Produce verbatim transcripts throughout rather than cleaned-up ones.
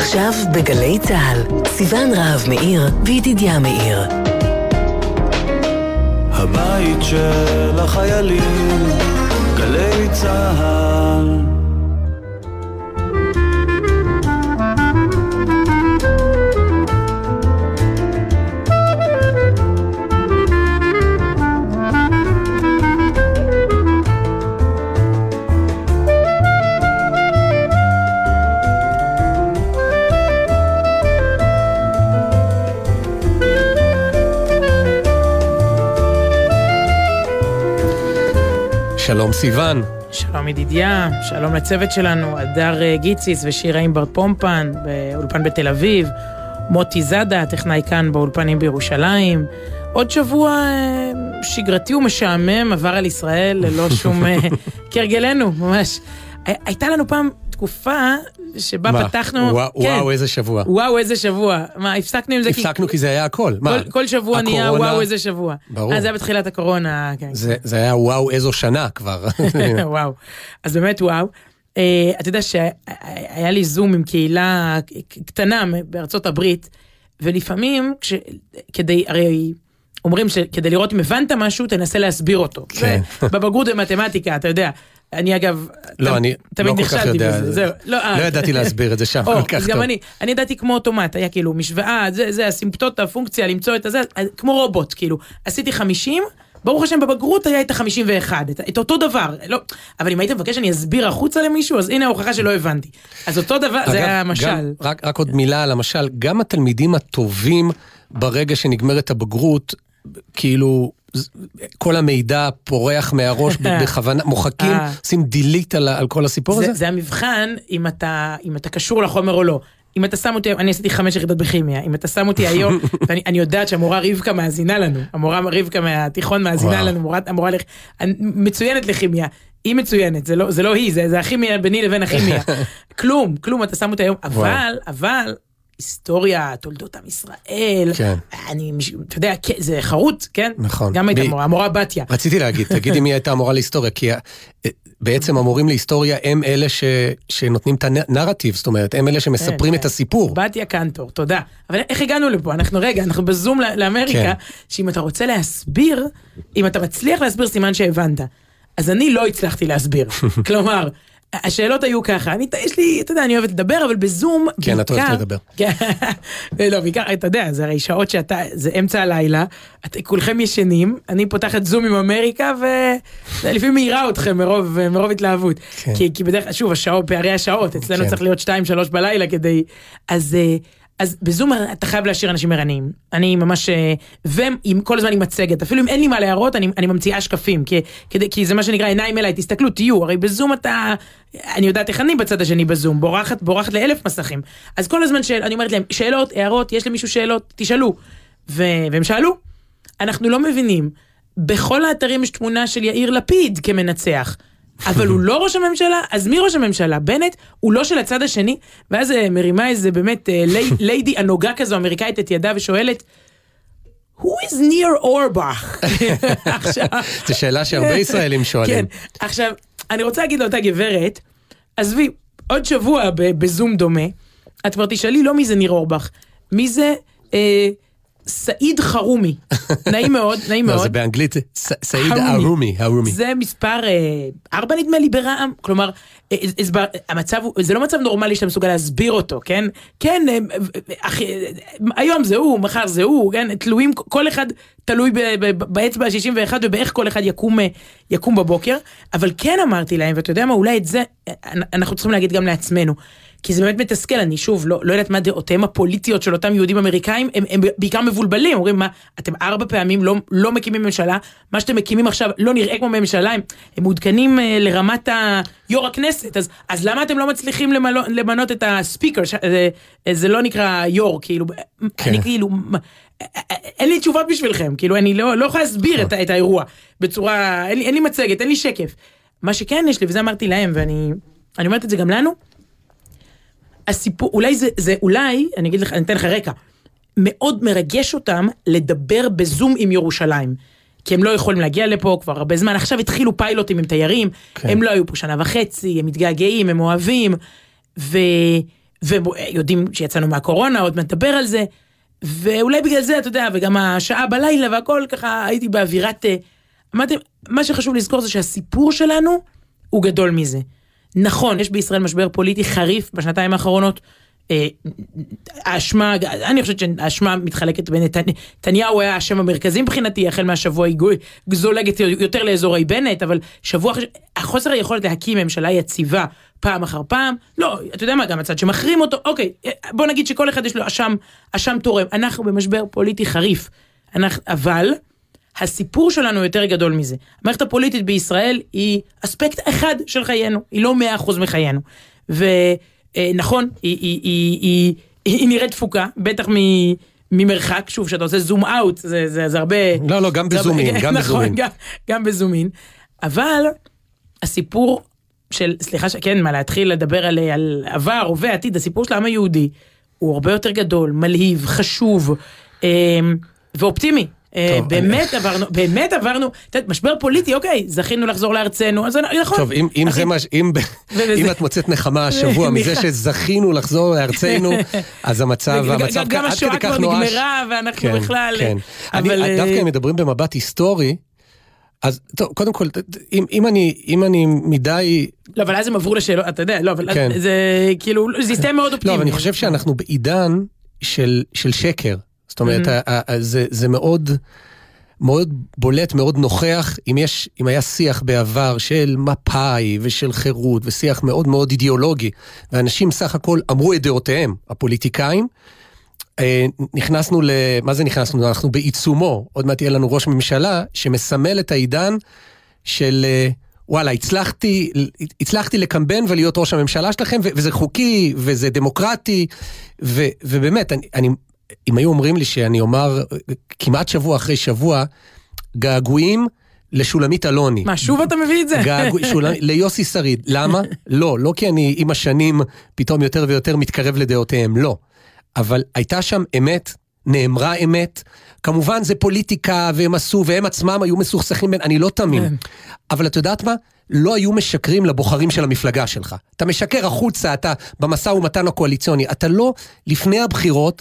עכשיו בגלי צהל, סיוון רהב מאיר וידידיה מאיר. הבית של החיילים, גלי צהל. שלום סיוון. שלום ידידיה, שלום לצוות שלנו, אדר גיציס ושירה אימברט פומפן באולפן בתל אביב, מוטי זדה, טכנאי כאן באולפנים בירושלים. עוד שבוע שגרתי ומשעמם עבר על ישראל ללא שום כרגלנו, ממש. הייתה לנו פעם תקופה שבה מה? פתחנו... וואו, כן. וואו, איזה שבוע. וואו, איזה שבוע. מה, הפסקנו עם זה? הפסקנו כי, כי זה היה הכל. מה? כל, כל שבוע הקורונה... נהיה וואו, איזה שבוע. ברור. אז זה היה בתחילת הקורונה. כן. זה, זה היה וואו, איזו שנה כבר. וואו. אז באמת וואו. Uh, אתה יודע שהיה לי זום עם קהילה קטנה בארצות הברית, ולפעמים, כש, כדי, הרי אומרים שכדי לראות אם הבנת משהו, תנסה להסביר אותו. כן. בבגרות במתמטיקה, אתה יודע. אני אגב, לא, אני לא כל כך יודע, לא ידעתי להסביר את זה שם כל כך טוב. גם אני, אני ידעתי כמו אוטומט, היה כאילו משוואה, זה הסימפטות, הפונקציה, למצוא את זה, כמו רובוט, כאילו, עשיתי חמישים, ברוך השם בבגרות היה את ה-חמישים ואחת, את אותו דבר, אבל אם היית מבקש אני אסביר החוצה למישהו, אז הנה ההוכחה שלא הבנתי. אז אותו דבר, זה היה המשל. רק עוד מילה על המשל, גם התלמידים הטובים ברגע שנגמרת הבגרות, כאילו... כל המידע פורח מהראש בכוונה, מוחקים, עושים דילית על, על כל הסיפור זה, הזה? זה המבחן אם אתה, אם אתה קשור לחומר או לא. אם אתה שם אותי, אני עשיתי חמש יחידות בכימיה, אם אתה שם אותי היום, ואני אני יודעת שהמורה רבקה מאזינה לנו, המורה רבקה מהתיכון מאזינה לנו, המורה, המורה לח... מצוינת לכימיה, היא מצוינת, זה לא, זה לא היא, זה, זה הכימיה ביני לבין הכימיה. כלום, כלום, אתה שם אותי היום, אבל, אבל, היסטוריה, תולדות עם ישראל, כן. אני, אתה יודע, זה חרוט, כן? נכון. גם הייתה מורה, המורה בתיה. רציתי להגיד, תגידי מי הייתה המורה להיסטוריה, כי בעצם המורים להיסטוריה הם אלה ש, שנותנים את הנרטיב, זאת אומרת, הם אלה שמספרים כן, את הסיפור. בתיה קנטור, תודה. אבל איך הגענו לפה? אנחנו רגע, אנחנו בזום לאמריקה, כן. שאם אתה רוצה להסביר, אם אתה מצליח להסביר סימן שהבנת, אז אני לא הצלחתי להסביר. כלומר, השאלות היו ככה, אני, יש לי, אתה יודע, אני אוהבת לדבר, אבל בזום, כן, את אוהבת לדבר. לא, בעיקר, אתה יודע, זה הרי שעות שאתה, זה אמצע הלילה, את, כולכם ישנים, אני פותחת זום עם אמריקה, ולפעמים מהירה אתכם מרוב, מרוב התלהבות. כן. כי, כי בדרך כלל, שוב, השעות, פערי השעות, אצלנו כן. צריך להיות שתיים, שלוש בלילה כדי, אז... אז בזום אתה חייב להשאיר אנשים ערניים. אני ממש, ועם כל הזמן עם מצגת, אפילו אם אין לי מה להראות, אני, אני ממציאה שקפים, כי, כי, כי זה מה שנקרא עיניים אליי, תסתכלו, תהיו, הרי בזום אתה, אני יודעת איך אני בצד השני בזום, בורחת, בורחת לאלף מסכים. אז כל הזמן שאל, אני אומרת להם, שאלות, הערות, יש למישהו שאלות, תשאלו. ו, והם שאלו. אנחנו לא מבינים, בכל האתרים יש תמונה של יאיר לפיד כמנצח. אבל הוא לא ראש הממשלה, אז מי ראש הממשלה? בנט, הוא לא של הצד השני, ואז מרימה איזה באמת ליידי הנוגה כזו אמריקאית את ידה ושואלת, who is near Orbach? זו שאלה שהרבה ישראלים שואלים. כן, עכשיו, אני רוצה להגיד לאותה גברת, עזבי, עוד שבוע בזום דומה, את כבר תשאלי לא מי זה ניר אורבך, מי זה... סעיד חרומי, נעים מאוד, נעים מאוד. זה באנגלית, סעיד הרומי, הרומי. זה מספר ארבע נדמה לי ברעם, כלומר, המצב, זה לא מצב נורמלי שאתה מסוגל להסביר אותו, כן? כן, היום זה הוא, מחר זה הוא, כן? תלויים, כל אחד תלוי באצבע ה-שישים ואחת ובאיך כל אחד יקום, יקום בבוקר, אבל כן אמרתי להם, ואתה יודע מה, אולי את זה, אנחנו צריכים להגיד גם לעצמנו, כי זה באמת מתסכל, אני שוב, לא, לא יודעת מה דעותיהם הפוליטיות של אותם יהודים אמריקאים, הם, הם בעיקר מבולבלים, אומרים מה, אתם ארבע פעמים לא, לא מקימים ממשלה, מה שאתם מקימים עכשיו לא נראה כמו ממשלה, הם, הם מעודכנים אה, לרמת יו"ר הכנסת, אז, אז למה אתם לא מצליחים למלו, למנות את הספיקר, ש, זה, זה לא נקרא יו"ר, כאילו, כן. אני כאילו, אין לי תשובות בשבילכם, כאילו, אני לא, לא יכולה להסביר את, את האירוע, בצורה, אין לי, אין לי מצגת, אין לי שקף, מה שכן יש לי, וזה אמרתי להם, ואני אני אומרת את זה גם לנו, הסיפור, אולי זה, זה אולי, אני אגיד לך, אני אתן לך רקע, מאוד מרגש אותם לדבר בזום עם ירושלים, כי הם לא יכולים להגיע לפה כבר הרבה זמן, עכשיו התחילו פיילוטים עם תיירים, כן. הם לא היו פה שנה וחצי, הם מתגעגעים, הם אוהבים, ו, ויודעים שיצאנו מהקורונה, עוד מדבר על זה, ואולי בגלל זה, אתה יודע, וגם השעה בלילה והכל, ככה הייתי באווירת, אמרתי, מה שחשוב לזכור זה שהסיפור שלנו הוא גדול מזה. נכון, יש בישראל משבר פוליטי חריף בשנתיים האחרונות, האשמה, אני חושבת שהאשמה מתחלקת בין נתניהו, היה השם המרכזי מבחינתי, החל מהשבוע היא זולגת יותר לאזורי בנט, אבל שבוע, החוסר היכולת להקים ממשלה יציבה פעם אחר פעם, לא, אתה יודע מה, גם הצד שמחרים אותו, אוקיי, בוא נגיד שכל אחד יש לו אשם, אשם תורם, אנחנו במשבר פוליטי חריף, אנחנו, אבל הסיפור שלנו יותר גדול מזה. המערכת הפוליטית בישראל היא אספקט אחד של חיינו, היא לא מאה אחוז מחיינו, ו... נכון, היא, היא, היא, היא, היא נראית תפוקה, בטח ממרחק, שוב, שאתה עושה זום אאוט, זה, זה, זה הרבה... לא, לא, גם בזומין, גם נכון, בזומין. גם, גם בזומין, אבל הסיפור של, סליחה, כן, מה להתחיל לדבר על, על עבר, הווה, עתיד, הסיפור של העם היהודי, הוא הרבה יותר גדול, מלהיב, חשוב, ואופטימי. באמת עברנו, באמת עברנו, משבר פוליטי, אוקיי, זכינו לחזור לארצנו, אז נכון. טוב, אם זה מה, אם את מוצאת נחמה השבוע מזה שזכינו לחזור לארצנו, אז המצב, המצב גם השואה כבר נגמרה, ואנחנו בכלל... דווקא הם מדברים במבט היסטורי, אז טוב, קודם כל, אם אני, אם אני מדי... לא, אבל אז הם עברו לשאלות, אתה יודע, לא, אבל זה כאילו, זה הסתיים מאוד אופטימי. לא, אבל אני חושב שאנחנו בעידן של שקר. זאת אומרת, זה, זה מאוד, מאוד בולט, מאוד נוכח, אם יש, אם היה שיח בעבר של מפאי ושל חירות, ושיח מאוד מאוד אידיאולוגי, ואנשים סך הכל אמרו את דעותיהם, הפוליטיקאים, נכנסנו ל... מה זה נכנסנו? אנחנו בעיצומו, עוד מעט יהיה לנו ראש ממשלה, שמסמל את העידן של... וואלה, הצלחתי, הצלחתי לקמבן ולהיות ראש הממשלה שלכם, וזה חוקי, וזה דמוקרטי, ו, ובאמת, אני... אני אם היו אומרים לי שאני אומר, כמעט שבוע אחרי שבוע, געגועים לשולמית אלוני. מה, שוב אתה מביא את זה? געגוע, שולמית, ליוסי שריד. למה? לא, לא כי אני עם השנים פתאום יותר ויותר מתקרב לדעותיהם, לא. אבל הייתה שם אמת, נאמרה אמת, כמובן זה פוליטיקה, והם עשו, והם עצמם היו מסוכסכים בין, אני לא תמים. אבל את יודעת מה? לא היו משקרים לבוחרים של המפלגה שלך. אתה משקר החוצה, אתה במסע ומתן הקואליציוני, אתה לא לפני הבחירות,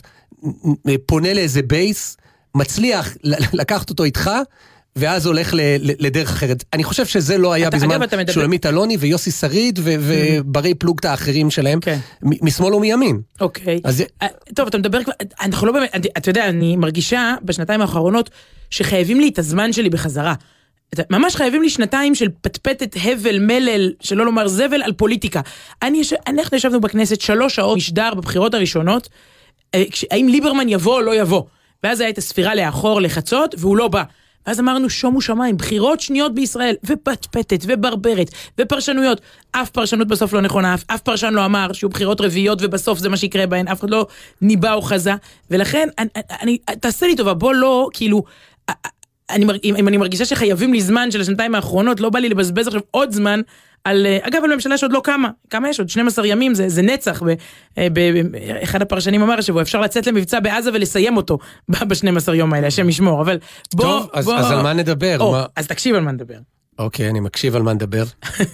פונה לאיזה בייס, מצליח לקחת אותו איתך, ואז הולך לדרך אחרת. אני חושב שזה לא היה בזמן שולמית אלוני ויוסי שריד וברי פלוגתא האחרים שלהם, משמאל ומימין. אוקיי. טוב, אתה מדבר כבר, אנחנו לא באמת, אתה יודע, אני מרגישה בשנתיים האחרונות שחייבים לי את הזמן שלי בחזרה. ממש חייבים לי שנתיים של פטפטת הבל, מלל, שלא לומר זבל, על פוליטיקה. אנחנו ישבנו בכנסת שלוש שעות משדר בבחירות הראשונות, האם ליברמן יבוא או לא יבוא, ואז הייתה ספירה לאחור לחצות, והוא לא בא, ואז אמרנו שומו שמיים, בחירות שניות בישראל, ופטפטת, וברברת, ופרשנויות, אף פרשנות בסוף לא נכונה, אף, אף פרשן לא אמר, שיהיו בחירות רביעיות, ובסוף זה מה שיקרה בהן, אף אחד לא ניבא או חזה, ולכן, אני, אני, תעשה לי טובה, בוא לא, כאילו, אני, אם אני מרגישה שחייבים לי זמן של השנתיים האחרונות, לא בא לי לבזבז עכשיו עוד זמן, על, אגב, על ממשלה שעוד לא קמה, כמה יש עוד? שנים עשר ימים, זה, זה נצח, ב, ב, אחד הפרשנים אמר שבו אפשר לצאת למבצע בעזה ולסיים אותו ב-שנים עשר יום האלה, השם ישמור, אבל בוא... טוב, אז, בוא... אז על מה נדבר? או, מה... אז תקשיב על מה נדבר. אוקיי, אני מקשיב על מה נדבר.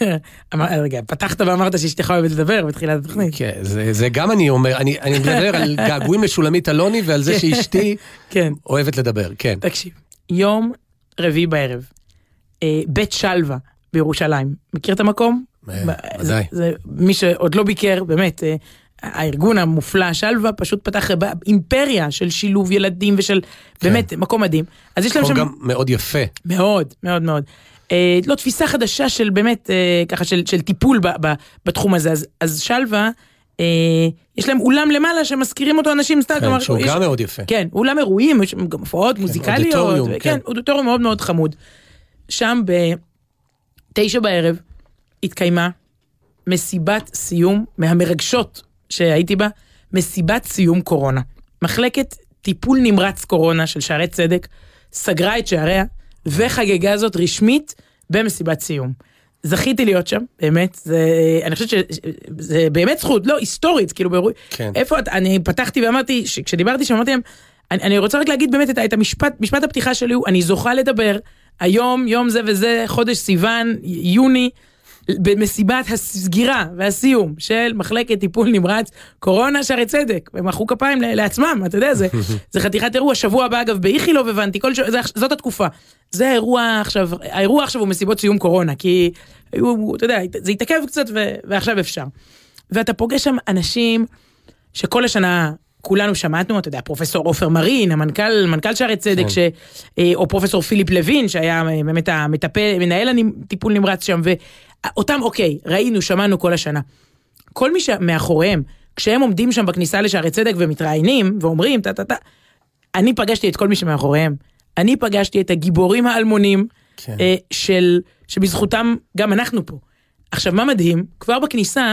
רגע, פתחת ואמרת שאשתך אוהבת לדבר בתחילת התוכנית. כן, זה, זה גם אני אומר, אני, אני מדבר על געגועים לשולמית אלוני, ועל זה שאשתי כן. אוהבת לדבר, כן. תקשיב, יום רביעי בערב, בית שלווה בירושלים, מכיר את המקום? ודאי. זה מי שעוד לא ביקר, באמת, הארגון המופלא, שלווה, פשוט פתח אימפריה של שילוב ילדים ושל, באמת, מקום מדהים. אז יש להם שם... גם מאוד יפה. מאוד, מאוד, מאוד. לא, תפיסה חדשה של באמת, ככה, של טיפול בתחום הזה. אז שלווה, יש להם אולם למעלה שמזכירים אותו אנשים סתם. כן, שהוא גם מאוד יפה. כן, אולם אירועים, יש גם הופעות מוזיקליות. כן, אודיטוריום מאוד מאוד חמוד. שם בתשע בערב, התקיימה מסיבת סיום, מהמרגשות שהייתי בה, מסיבת סיום קורונה. מחלקת טיפול נמרץ קורונה של שערי צדק, סגרה את שעריה, וחגגה זאת רשמית במסיבת סיום. זכיתי להיות שם, באמת, זה, אני חושבת שזה באמת זכות, לא, היסטורית, כאילו באירוע, כן. איפה, אני פתחתי ואמרתי, כשדיברתי שם, אמרתי להם, אני, אני רוצה רק להגיד באמת את, את המשפט, משפט הפתיחה שלי הוא, אני זוכה לדבר, היום, יום זה וזה, חודש סיוון, יוני, במסיבת הסגירה והסיום של מחלקת טיפול נמרץ, קורונה שערי צדק, ומחאו כפיים לעצמם, אתה יודע, זה, זה חתיכת אירוע, שבוע הבא אגב, באיכילוב הבנתי, כל ש... זה, זאת התקופה. זה האירוע עכשיו, האירוע עכשיו הוא מסיבות סיום קורונה, כי היו, אתה יודע, זה התעכב קצת ו... ועכשיו אפשר. ואתה פוגש שם אנשים שכל השנה כולנו שמעתנו, אתה יודע, פרופסור עופר מרין, המנכ"ל, מנכ"ל שערי צדק, ש... או פרופסור פיליפ לוין, שהיה באמת המטפל, מנהל הטיפול נמרץ שם, ואותם, אוקיי, ראינו, שמענו כל השנה. כל מי שמאחוריהם, כשהם עומדים שם בכניסה לשערי צדק ומתראיינים, ואומרים, תה, תה, תה, אני פגשתי את כל מי שמאחוריהם, אני פגשתי את הגיבורים האלמונים, כן. אה, של, שבזכותם גם אנחנו פה. עכשיו, מה מדהים? כבר בכניסה,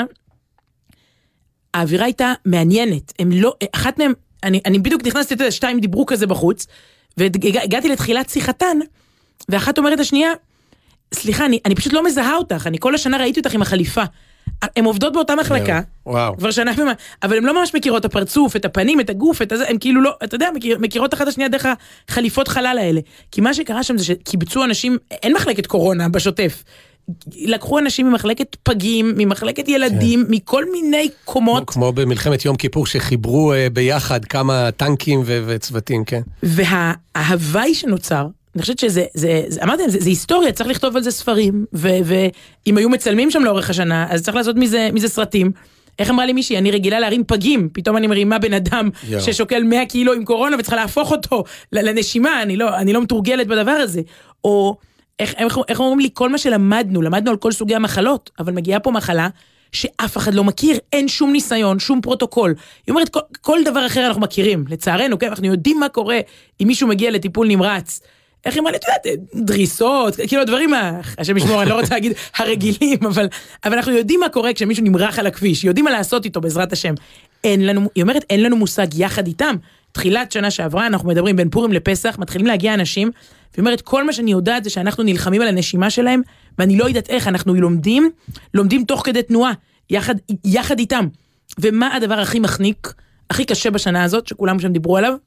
האווירה הייתה מעניינת, הם לא, אחת מהם, אני, אני בדיוק נכנסתי, את שתיים דיברו כזה בחוץ, והגעתי לתחילת שיחתן, ואחת אומרת השנייה, סליחה, אני, אני פשוט לא מזהה אותך, אני כל השנה ראיתי אותך עם החליפה, הן עובדות באותה מחלקה, וואו. כבר שנה, אבל הן לא ממש מכירות את הפרצוף, את הפנים, את הגוף, את הזה, הן כאילו לא, אתה יודע, מכיר, מכירות אחת השנייה דרך החליפות חלל האלה, כי מה שקרה שם זה שקיבצו אנשים, אין מחלקת קורונה בשוטף, לקחו אנשים ממחלקת פגים, ממחלקת ילדים, כן. מכל מיני קומות. כמו, כמו במלחמת יום כיפור שחיברו uh, ביחד כמה טנקים ו- וצוותים, כן. וההוואי שנוצר, אני חושבת שזה, זה, זה, אמרתם, זה, זה היסטוריה, צריך לכתוב על זה ספרים, ו- ואם היו מצלמים שם לאורך השנה, אז צריך לעשות מזה, מזה סרטים. איך אמרה לי מישהי, אני רגילה להרים פגים, פתאום אני מרימה בן אדם יו. ששוקל מאה קילו עם קורונה, וצריכה להפוך אותו לנשימה, אני לא, אני לא מתורגלת בדבר הזה. או... איך, איך, איך אומרים לי, כל מה שלמדנו, למדנו על כל סוגי המחלות, אבל מגיעה פה מחלה שאף אחד לא מכיר, אין שום ניסיון, שום פרוטוקול. היא אומרת, כל, כל דבר אחר אנחנו מכירים, לצערנו, כן, אנחנו יודעים מה קורה אם מישהו מגיע לטיפול נמרץ. איך היא אומרת, את יודעת, דריסות, כאילו הדברים, השם ישמור, אני לא רוצה להגיד הרגילים, אבל, אבל אנחנו יודעים מה קורה כשמישהו נמרח על הכביש, יודעים מה לעשות איתו בעזרת השם. אין לנו, היא אומרת, אין לנו מושג יחד איתם. תחילת שנה שעברה, אנחנו מדברים בין פורים לפסח, מתחילים להגיע אנשים, והיא אומרת, כל מה שאני יודעת זה שאנחנו נלחמים על הנשימה שלהם, ואני לא יודעת איך, אנחנו לומדים, לומדים תוך כדי תנועה, יחד, יחד איתם. ומה הדבר הכי מחניק, הכי קשה בשנה הזאת, שכולם שם דיברו עליו?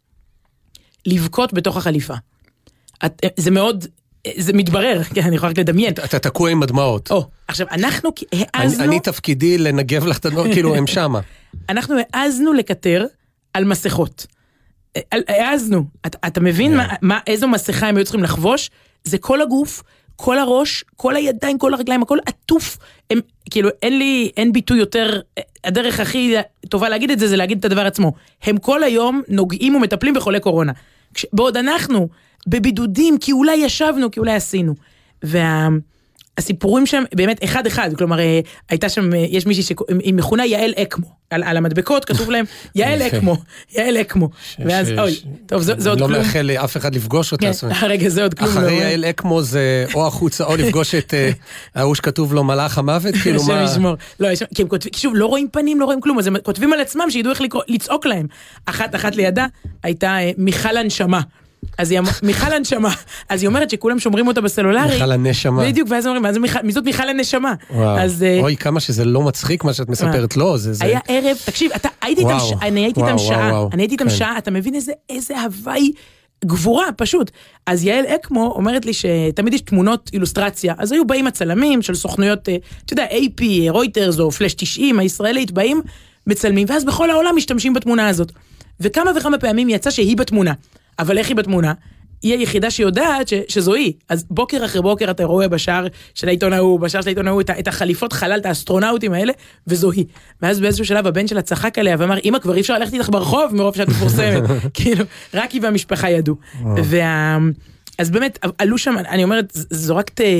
לבכות בתוך החליפה. את, זה מאוד, זה מתברר, כן, אני יכולה רק לדמיין. אתה תקוע עם הדמעות. או, עכשיו, אנחנו העזנו... אני, אני תפקידי לנגב לך את הדמעות, כאילו הם שמה. אנחנו העזנו לקטר על מסכות. העזנו, אתה, אתה מבין מה, מה, איזו מסכה הם היו צריכים לחבוש? זה כל הגוף, כל הראש, כל הידיים, כל הרגליים, הכל עטוף. הם, כאילו, אין לי, אין ביטוי יותר, הדרך הכי טובה להגיד את זה, זה להגיד את הדבר עצמו. הם כל היום נוגעים ומטפלים בחולי קורונה. כש, בעוד אנחנו בבידודים, כי אולי ישבנו, כי אולי עשינו. וה... הסיפורים שם באמת אחד אחד, כלומר הייתה שם, יש מישהי שהיא מכונה יעל אקמו, על, על המדבקות כתוב להם יעל אקמו, יעל אקמו, ואז אוי, טוב זה עוד כלום. לא מאחל לאף אחד לפגוש אותה. רגע זה עוד כלום. אחרי יעל אקמו זה או החוצה או לפגוש את ההוא שכתוב לו מלאך המוות, כאילו מה? לא, כי הם כותבים, שוב לא רואים פנים, לא רואים כלום, אז הם כותבים על עצמם שידעו איך לצעוק להם. אחת אחת לידה הייתה מיכל הנשמה. אז היא, מיכל הנשמה, אז היא אומרת שכולם שומרים אותה בסלולרי. מיכל הנשמה. בדיוק, ואז אומרים, מי זאת מיכל הנשמה? אז, אוי, כמה שזה לא מצחיק מה שאת מספרת, לא, זה... היה ערב, תקשיב, אתה, הייתי איתם, אני הייתי איתם שעה, אני הייתי איתם שעה, אתה מבין איזה, איזה הוואי גבורה, פשוט. אז יעל אקמו אומרת לי שתמיד יש תמונות אילוסטרציה, אז היו באים הצלמים של סוכנויות, אתה יודע, איי פי, רויטרס או פלאש תשעים, הישראלית, באים, מצלמים, ואז בכל העולם משתמשים בתמונה הזאת. וכמה וכמה פעמים יצא שהיא בתמונה. אבל איך היא בתמונה? היא היחידה שיודעת ש, שזו היא. אז בוקר אחרי בוקר אתה רואה בשער של העיתון ההוא, בשער של העיתון ההוא, את, את החליפות חלל, את האסטרונאוטים האלה, וזו היא. ואז באיזשהו שלב הבן שלה צחק עליה ואמר, אמא, כבר אי אפשר ללכת איתך ברחוב מרוב שאת מפורסמת. כאילו, רק היא והמשפחה ידעו. וה... אז באמת, עלו שם, אני אומרת, זו רק ת,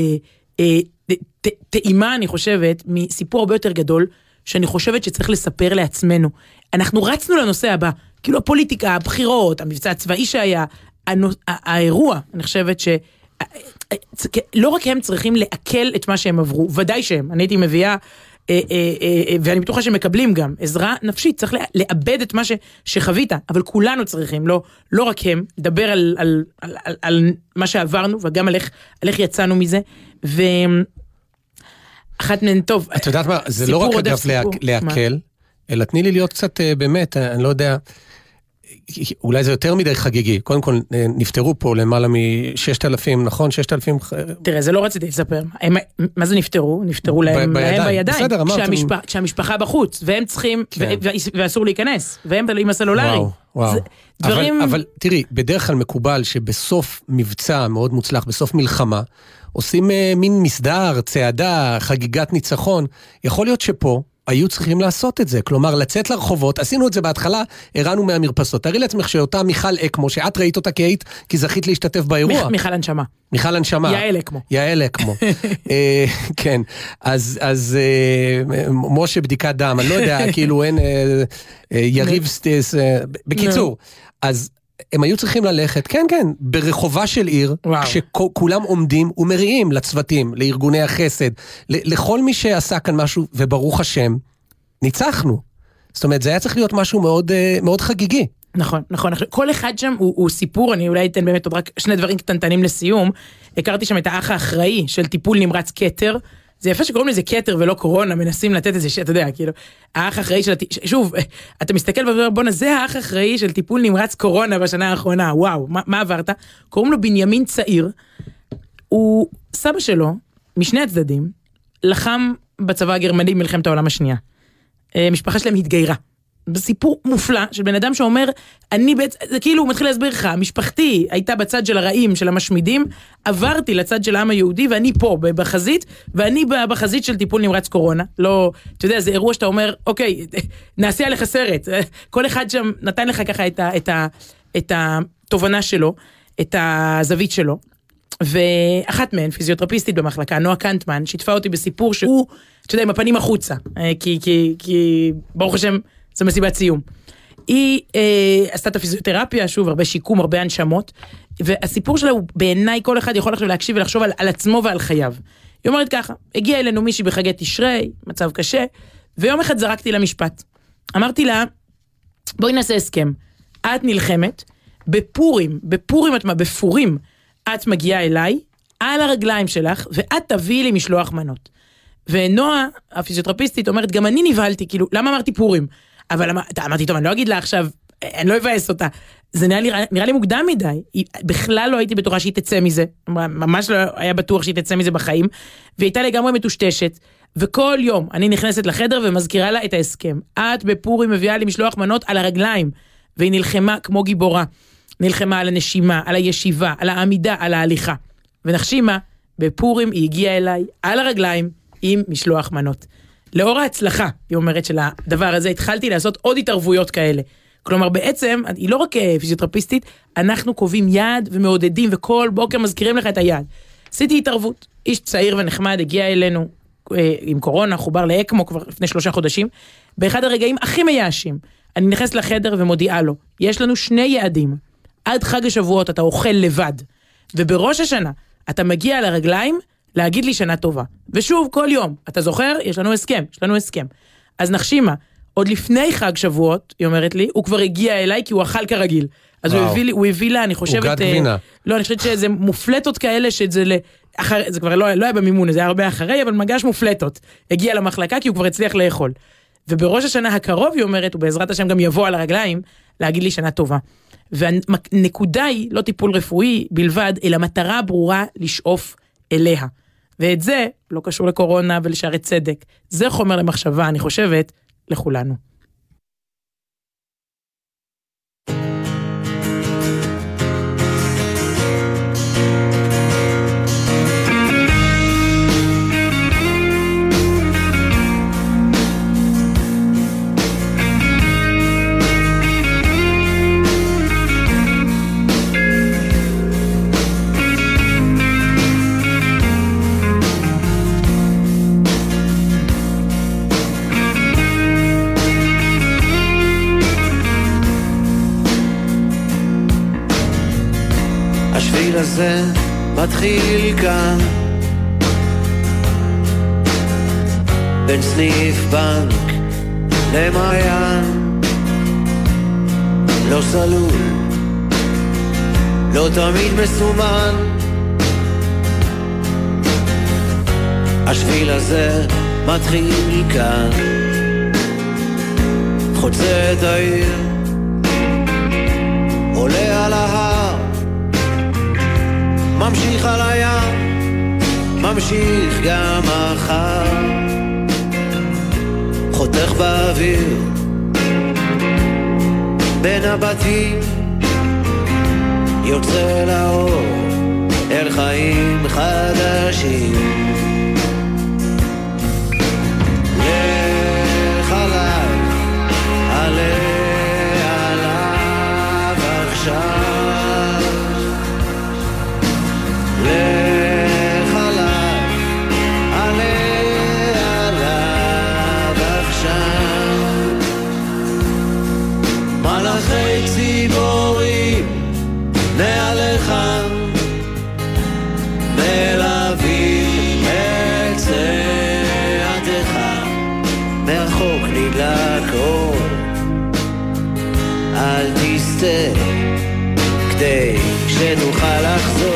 ת, ת, תאימה, אני חושבת, מסיפור הרבה יותר גדול, שאני חושבת שצריך לספר לעצמנו. אנחנו רצנו לנושא הבא, כאילו הפוליטיקה, הבחירות, המבצע הצבאי שהיה, האירוע, אני חושבת ש... לא רק הם צריכים לעכל את מה שהם עברו, ודאי שהם, אני הייתי מביאה, ואני בטוחה שהם מקבלים גם, עזרה נפשית, צריך לאבד את מה שחווית, אבל כולנו צריכים, לא רק הם, לדבר על מה שעברנו, וגם על איך יצאנו מזה, ו... אחת מהן טוב. את יודעת מה, זה לא רק אגב להקל, אלא תני לי להיות קצת באמת, אני לא יודע, אולי זה יותר מדי חגיגי. קודם כל, נפטרו פה למעלה מ-ששת אלפים, נכון? ששת אלפים... תראה, זה לא רציתי לספר. מה זה נפטרו? נפטרו להם בידיים. בסדר, אמרתם. כשהמשפחה בחוץ, והם צריכים, ואסור להיכנס, והם עם הסלולרי. וואו, וואו. דברים... אבל תראי, בדרך כלל מקובל שבסוף מבצע מאוד מוצלח, בסוף מלחמה, עושים מין מסדר, צעדה, חגיגת ניצחון. יכול להיות שפה, היו צריכים לעשות את זה, כלומר לצאת לרחובות, עשינו את זה בהתחלה, הראנו מהמרפסות, תראי לעצמך שאותה מיכל אקמו, שאת ראית אותה כהית, כי זכית להשתתף באירוע. מיכל הנשמה. מיכל הנשמה. יעל אקמו. יעל אקמו. כן, אז משה בדיקת דם, אני לא יודע, כאילו אין יריב סטס, בקיצור, אז הם היו צריכים ללכת, כן, כן, ברחובה של עיר, כשכולם עומדים ומריעים לצוותים, לארגוני החסד, לכל מי שעשה כאן משהו, וברוך השם, ניצחנו. זאת אומרת, זה היה צריך להיות משהו מאוד, מאוד חגיגי. נכון, נכון. כל אחד שם הוא, הוא סיפור, אני אולי אתן באמת עוד רק שני דברים קטנטנים לסיום. הכרתי שם את האח האחראי של טיפול נמרץ קטר, זה יפה שקוראים לזה קטר ולא קורונה, מנסים לתת איזה שאתה יודע, כאילו, האח האחראי של, שוב, אתה מסתכל ואומר, בונה, זה האח האחראי של טיפול נמרץ קורונה בשנה האחרונה, וואו, מה, מה עברת? קוראים לו בנימין צעיר, הוא, סבא שלו, משני הצדדים, לחם בצבא הגרמני במלחמת העולם השנייה. משפחה שלהם התגיירה. בסיפור מופלא של בן אדם שאומר, אני בעצם, זה כאילו הוא מתחיל להסביר לך, משפחתי הייתה בצד של הרעים, של המשמידים, עברתי לצד של העם היהודי, ואני פה בחזית, ואני בחזית של טיפול נמרץ קורונה. לא, אתה יודע, זה אירוע שאתה אומר, אוקיי, נעשה עליך סרט. כל אחד שם נתן לך ככה את ה, את ה, את התובנה שלו, את הזווית שלו. ואחת מהן, פיזיותרפיסטית במחלקה, נועה קנטמן, שיתפה אותי בסיפור שהוא, אתה יודע, עם הפנים החוצה, כי, כי, כי, ברוך השם, זה מסיבת סיום. היא אה, עשתה את הפיזיותרפיה, שוב, הרבה שיקום, הרבה הנשמות, והסיפור שלה הוא בעיניי, כל אחד יכול עכשיו להקשיב ולחשוב על, על עצמו ועל חייו. היא אומרת ככה, הגיעה אלינו מישהי בחגי תשרי, מצב קשה, ויום אחד זרקתי לה משפט. אמרתי לה, בואי נעשה הסכם, את נלחמת, בפורים, בפורים את מה, בפורים, את מגיעה אליי, על הרגליים שלך, ואת תביאי לי משלוח מנות. ונועה, הפיזיותרפיסטית, אומרת, גם אני נבהלתי, כאילו, למה אמרתי פורים? אבל אמרתי, טוב, אני לא אגיד לה עכשיו, אני לא אבאס אותה. זה נראה לי, נראה לי מוקדם מדי. בכלל לא הייתי בטוחה שהיא תצא מזה, ממש לא היה בטוח שהיא תצא מזה בחיים, והיא הייתה לגמרי מטושטשת, וכל יום אני נכנסת לחדר ומזכירה לה את ההסכם. את בפורים מביאה לי משלוח מנות על הרגליים, והיא נלחמה כמו גיבורה. נלחמה על הנשימה, על הישיבה, על העמידה, על ההליכה. ונחשי מה, בפורים היא הגיעה אליי, על הרגליים, עם משלוח מנות. לאור ההצלחה, היא אומרת, של הדבר הזה, התחלתי לעשות עוד התערבויות כאלה. כלומר, בעצם, היא לא רק פיזיותרפיסטית, אנחנו קובעים יעד ומעודדים, וכל בוקר מזכירים לך את היעד. עשיתי התערבות. איש צעיר ונחמד הגיע אלינו עם קורונה, חובר לאקמו כבר לפני שלושה חודשים, באחד הרגעים הכי מייאשים. אני נכנס לחדר ומודיעה לו, יש לנו שני יעדים. עד חג השבועות אתה אוכל לבד, ובראש השנה אתה מגיע לרגליים להגיד לי שנה טובה. ושוב, כל יום, אתה זוכר? יש לנו הסכם, יש לנו הסכם. אז נחשימה, עוד לפני חג שבועות, היא אומרת לי, הוא כבר הגיע אליי כי הוא אכל כרגיל. אז הוא הביא, הוא הביא לה, אני חושבת... עוגת גבינה. לא, אני חושבת שזה מופלטות כאלה, שזה לאחר, זה כבר לא, לא היה במימון, זה היה הרבה אחרי, אבל מגש מופלטות. הגיע למחלקה כי הוא כבר הצליח לאכול. ובראש השנה הקרוב, היא אומרת, ובעזרת השם גם יבוא על הרגליים, להגיד לי שנה טובה. והנקודה היא לא טיפול רפואי בלבד, אלא מטרה ברורה לשאוף אליה. ואת זה לא קשור לקורונה ולשערי צדק. זה חומר למחשבה, אני חושבת, לכולנו. הזה מתחיל כאן בין סניף בנק למעיין, לא סלול, לא תמיד מסומן. השביל הזה מתחיל כאן, חוצה את העיר ממשיך על הים, ממשיך גם מחר, חותך באוויר בין הבתים, יוצא לאור אל חיים חדשים. לך עליי, עלה עליו עכשיו, לך עליי, עלה עליו עכשיו. מלאכי ציבורים מעליך מלווים את צעדיך, מרחוק נדלק אור, אל תסתה כדי שתוכל לחזור.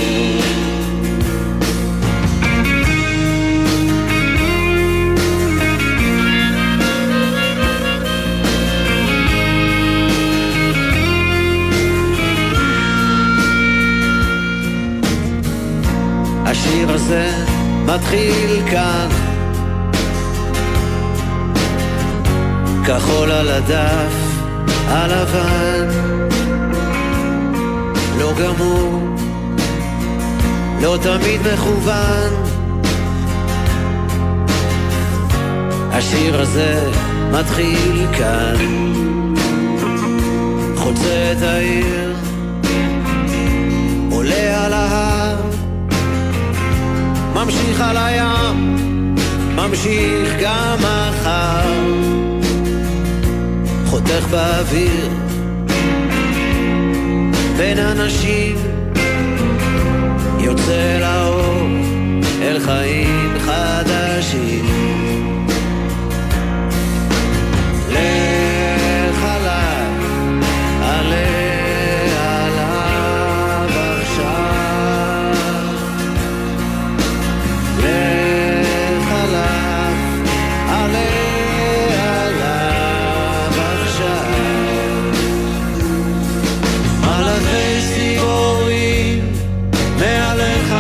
השיר הזה מתחיל כאן, כחול על הדף הלבן, לא גמור, לא תמיד מכוון. השיר הזה מתחיל כאן, חוצה את העיר, עולה על ההר, ממשיך על הים, ממשיך גם מחר, חותך באוויר בין אנשים, יוצא לאור אל חיים חדשים. לך עליי, עלה עליו עכשיו, לך עליו, עלה עליו עכשיו. מלאכי ציבורים מעליך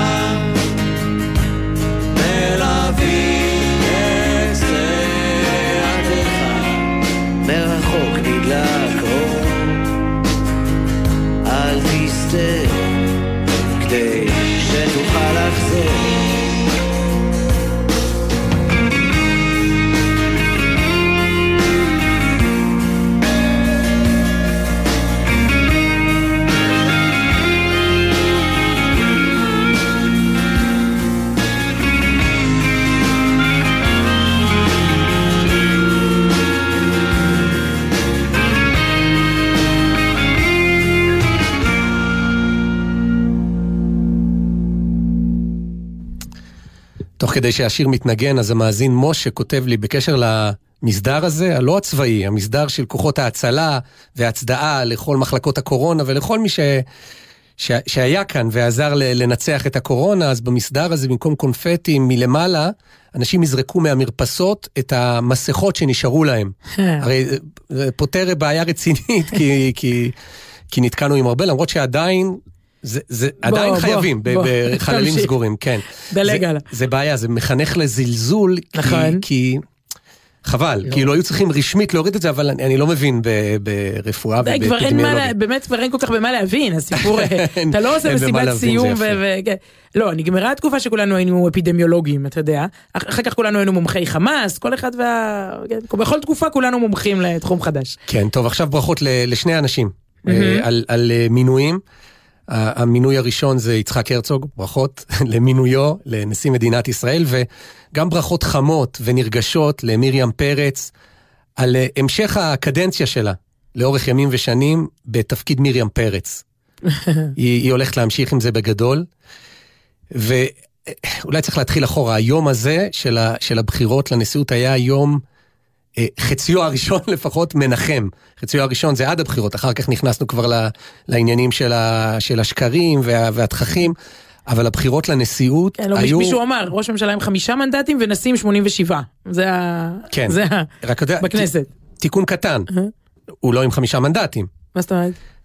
מלווים את צעדיך, מרחוק נדלק אור, אל תסתה כדי שתוכל לחזור. תוך כדי שהשיר מתנגן, אז המאזין משה כותב לי בקשר למסדר הזה, הלא הצבאי, המסדר של כוחות ההצלה והצדעה לכל מחלקות הקורונה ולכל מי ש... ש... שהיה כאן ועזר לנצח את הקורונה. אז במסדר הזה במקום קונפטי מלמעלה, אנשים יזרקו מהמרפסות את המסכות שנשארו להם. הרי פותר בעיה רצינית, כי, כי, כי נתקענו עם הרבה, למרות שעדיין... זה, זה בוא, עדיין בוא, חייבים בוא, בחללים בוא. סגורים, כן. דלג הלאה. זה, זה בעיה, זה מחנך לזלזול, נכון. כי, כי חבל, לא. כאילו היו צריכים רשמית להוריד את זה, אבל אני, אני לא מבין ב, ברפואה ובאפידמיולוגיה. באמת כבר אין כל כך במה להבין, הסיפור, אתה לא עושה מסיבת סיום, ו, ו, לא, נגמרה התקופה שכולנו היינו אפידמיולוגים, אתה יודע, אחר כך כולנו היינו מומחי חמאס, כל אחד וה... בכל תקופה כולנו מומחים לתחום חדש. כן, טוב, עכשיו ברכות לשני אנשים, על, על מינויים. המינוי הראשון זה יצחק הרצוג, ברכות למינויו לנשיא מדינת ישראל, וגם ברכות חמות ונרגשות למרים פרץ, על המשך הקדנציה שלה, לאורך ימים ושנים, בתפקיד מרים פרץ. היא, היא הולכת להמשיך עם זה בגדול, ואולי צריך להתחיל אחורה, היום הזה של, ה, של הבחירות לנשיאות היה יום, חציו הראשון לפחות מנחם, חציו הראשון זה עד הבחירות, אחר כך נכנסנו כבר לעניינים של, ה, של השקרים וה, והתככים, אבל הבחירות לנשיאות כן, לא, היו... מישהו אמר, ראש הממשלה עם חמישה מנדטים ונשיא עם שמונים ושבעה, זה, כן, זה רק יודע, בכנסת. ת, תיקון קטן, uh-huh. הוא לא עם חמישה מנדטים. מה זאת אומרת?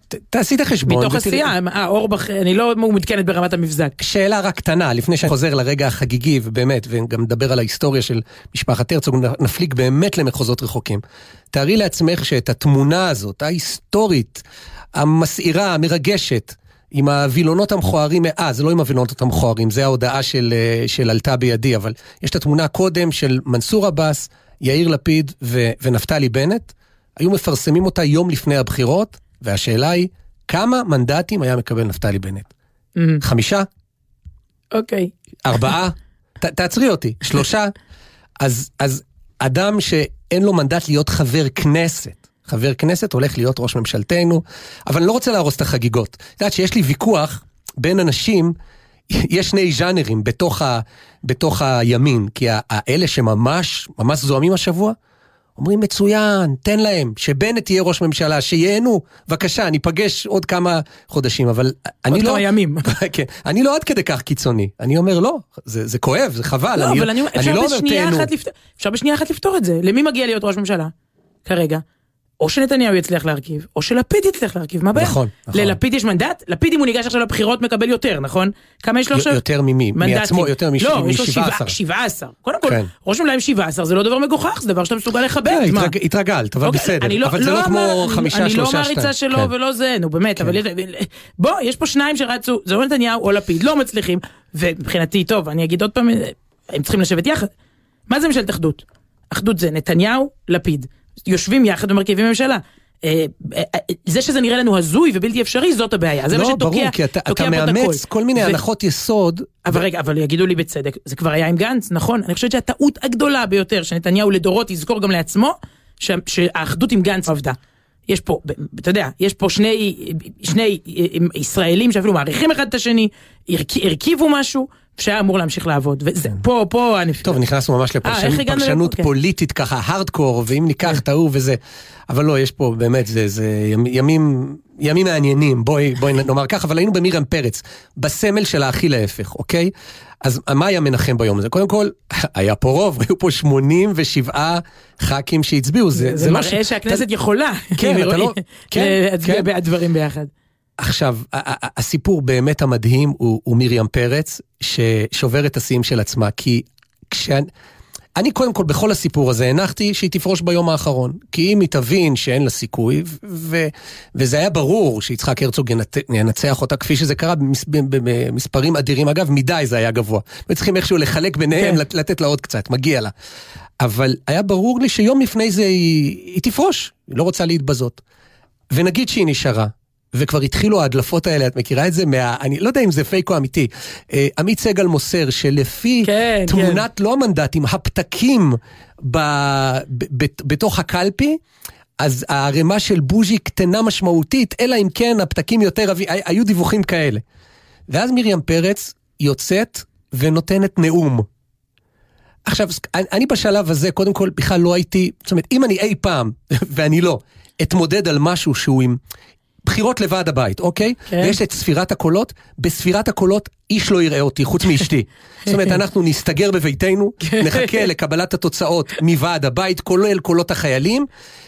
תעשי את החשבון. מתוך עשייה, אורבך, אני לא מתקנת ברמת המבזק. שאלה רק קטנה, לפני שאני חוזר לרגע החגיגי, ובאמת, וגם מדבר על ההיסטוריה של משפחת הרצוג, נפליג באמת למחוזות רחוקים. תארי לעצמך שאת התמונה הזאת, ההיסטורית, המסעירה, המרגשת, עם הווילונות המכוערים, אה, זה לא עם הווילונות המכוערים, זה ההודעה של, של עלתה בידי, אבל יש את התמונה קודם של מנסור עבאס, יאיר לפיד ו, ונפתלי בנט, היו מפרסמים אותה יום לפני הבחירות, והשאלה היא, כמה מנדטים היה מקבל נפתלי בנט? Mm-hmm. חמישה? אוקיי. Okay. ארבעה? ת, תעצרי אותי. שלושה? אז, אז אדם שאין לו מנדט להיות חבר כנסת, חבר כנסת הולך להיות ראש ממשלתנו, אבל אני לא רוצה להרוס את החגיגות. את יודעת שיש לי ויכוח בין אנשים, יש שני ז'אנרים בתוך, ה, בתוך הימין, כי האלה שממש, ממש זוהמים השבוע, אומרים מצוין, תן להם, שבנט תהיה ראש ממשלה, שיהנו, בבקשה, אני פגש עוד כמה חודשים, אבל אני לא... עוד כמה ימים. כן, אני לא עד כדי כך קיצוני, אני אומר לא, זה, זה כואב, זה חבל, לא, אני, אבל אני, אני אפשר לא אומר בשנייה תהנו. אחת לפתור, אפשר בשנייה אחת לפתור את זה, למי מגיע להיות ראש ממשלה? כרגע. או שנתניהו יצליח להרכיב, או שלפיד יצליח להרכיב, מה בעיה? נכון, נכון. ללפיד יש מנדט? לפיד אם הוא ניגש עכשיו לבחירות מקבל יותר, נכון? כמה יש לו עכשיו? יותר ממי? מעצמו, יותר מ-שבעה עשר. לא, יש לו שבעה עשר. קודם כל, ראש ממשלה עם שבעה עשר זה לא דבר מגוחך, זה דבר שאתה מסוגל לכבד. התרגלת, אבל בסדר. אבל זה לא כמו חמישה, שלושה, שתיים. אני לא מעריצה שלו ולא זה, נו באמת, אבל בוא, יש פה שניים שרצו, זה או נתניהו או לפיד, לא מצליחים, ומבחינתי, טוב, אני אגיד עוד פעם, הם צריכים לשבת יחד. מה זה ממשלת אחדות? אחדות זה נתניהו, לפיד. יושבים יחד ומרכיבים ממשלה. זה שזה נראה לנו הזוי ובלתי אפשרי, זאת הבעיה. לא, ברור, כי אתה מאמץ כל מיני הנחות יסוד. אבל רגע, אבל יגידו לי בצדק, זה כבר היה עם גנץ, נכון? אני חושבת שהטעות הגדולה ביותר, שנתניהו לדורות יזכור גם לעצמו, שהאחדות עם גנץ עבדה. יש פה, אתה יודע, יש פה שני, שני ישראלים שאפילו מעריכים אחד את השני, הרכיבו משהו, שהיה אמור להמשיך לעבוד, ופה, פה, אני... טוב, נכנסנו ממש לפרשנות פוליטית ככה, הארדקור, ואם ניקח את ההוא וזה, אבל לא, יש פה באמת, זה ימים, ימים מעניינים, בואי, בואי נאמר כך, אבל היינו במירם פרץ, בסמל של האחי להפך, אוקיי? אז מה היה מנחם ביום הזה? קודם כל, היה פה רוב, היו פה שמונים ושבעה ח"כים שהצביעו, זה מראה שהכנסת יכולה, כן, אתה לא... להצביע בעד דברים ביחד. עכשיו, הסיפור באמת המדהים הוא, הוא מיריam פרץ, ששובר את השיאים של עצמה, כי כשאני, אני קודם כל בכל הסיפור הזה הנחתי שהיא תפרוש ביום האחרון, כי אם היא תבין שאין לה סיכוי, ו, וזה היה ברור שיצחק הרצוג ינצח אותה, כפי שזה קרה במספרים אדירים, אגב, מדי זה היה גבוה, וצריכים איכשהו לחלק ביניהם, לתת לה עוד קצת, מגיע לה. אבל היה ברור לי שיום לפני זה היא, היא תפרוש, היא לא רוצה להתבזות. ונגיד שהיא נשארה, וכבר התחילו ההדלפות האלה, את מכירה את זה מה... אני לא יודע אם זה פייק או אמיתי. עמית סגל מוסר שלפי כן, תמונת כן. לא המנדטים, הפתקים ב... ב... ב... בתוך הקלפי, אז הרמה של בוז'י קטנה משמעותית, אלא אם כן הפתקים יותר... היו דיווחים כאלה. ואז מיריam פרץ יוצאת ונותנת נאום. עכשיו, אני בשלב הזה, קודם כל, בכלל לא הייתי... זאת אומרת, אם אני אי פעם, ואני לא, אתמודד על משהו שהוא עם... בחירות לוועד הבית, אוקיי? כן. ויש את ספירת הקולות, בספירת הקולות איש לא יראה אותי, חוץ מאשתי. זאת אומרת, אנחנו נסתגר בביתנו, נחכה לקבלת התוצאות מוועד הבית, כולל קולות החיילים,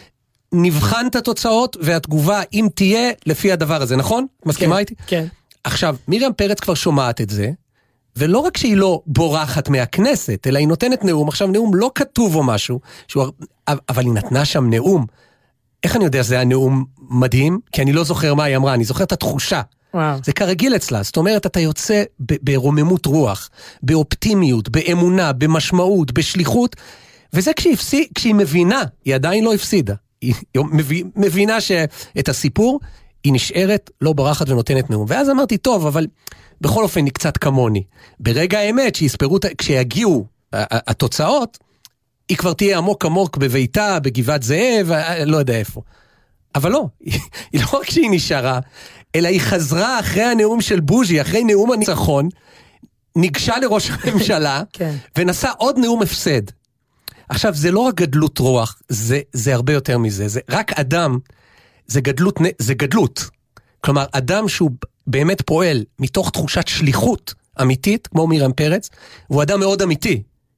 נבחן את התוצאות, והתגובה, אם תהיה, לפי הדבר הזה, נכון? מסכימה איתי? כן. עכשיו, מיריam פרץ כבר שומעת את זה, ולא רק שהיא לא בורחת מהכנסת, אלא היא נותנת נאום, עכשיו נאום לא כתוב או משהו, שהוא, אבל היא נתנה שם נאום, איך אני יודע, זה היה נאום מדהים, כי אני לא זוכר מה היא אמרה, אני זוכר את התחושה. וואו. זה כרגיל אצלה, זאת אומרת, אתה יוצא ברוממות רוח, באופטימיות, באמונה, במשמעות, בשליחות, וזה כשהיא, הפסיד, כשהיא מבינה, היא עדיין לא הפסידה, היא מבינה שאת הסיפור, היא נשארת, לא ברחת ונותנת נאום. ואז אמרתי, טוב, אבל בכל אופן היא קצת כמוני. ברגע האמת, שיספרו, כשיגיעו התוצאות, היא כבר תהיה עמוק עמוק בביתה, בגבעת זאב, לא יודע איפה. אבל לא, היא לא רק שהיא נשארה, אלא היא חזרה אחרי הנאום של בוז'י, אחרי נאום הניצחון, ניגשה לראש הממשלה, ונסע עוד נאום הפסד. עכשיו, זה לא רק גדלות רוח, זה, זה הרבה יותר מזה. זה רק אדם, זה גדלות, זה גדלות. כלומר, אדם שהוא באמת פועל מתוך תחושת שליחות אמיתית, כמו מיריam פרץ, הוא אדם מאוד אמיתי.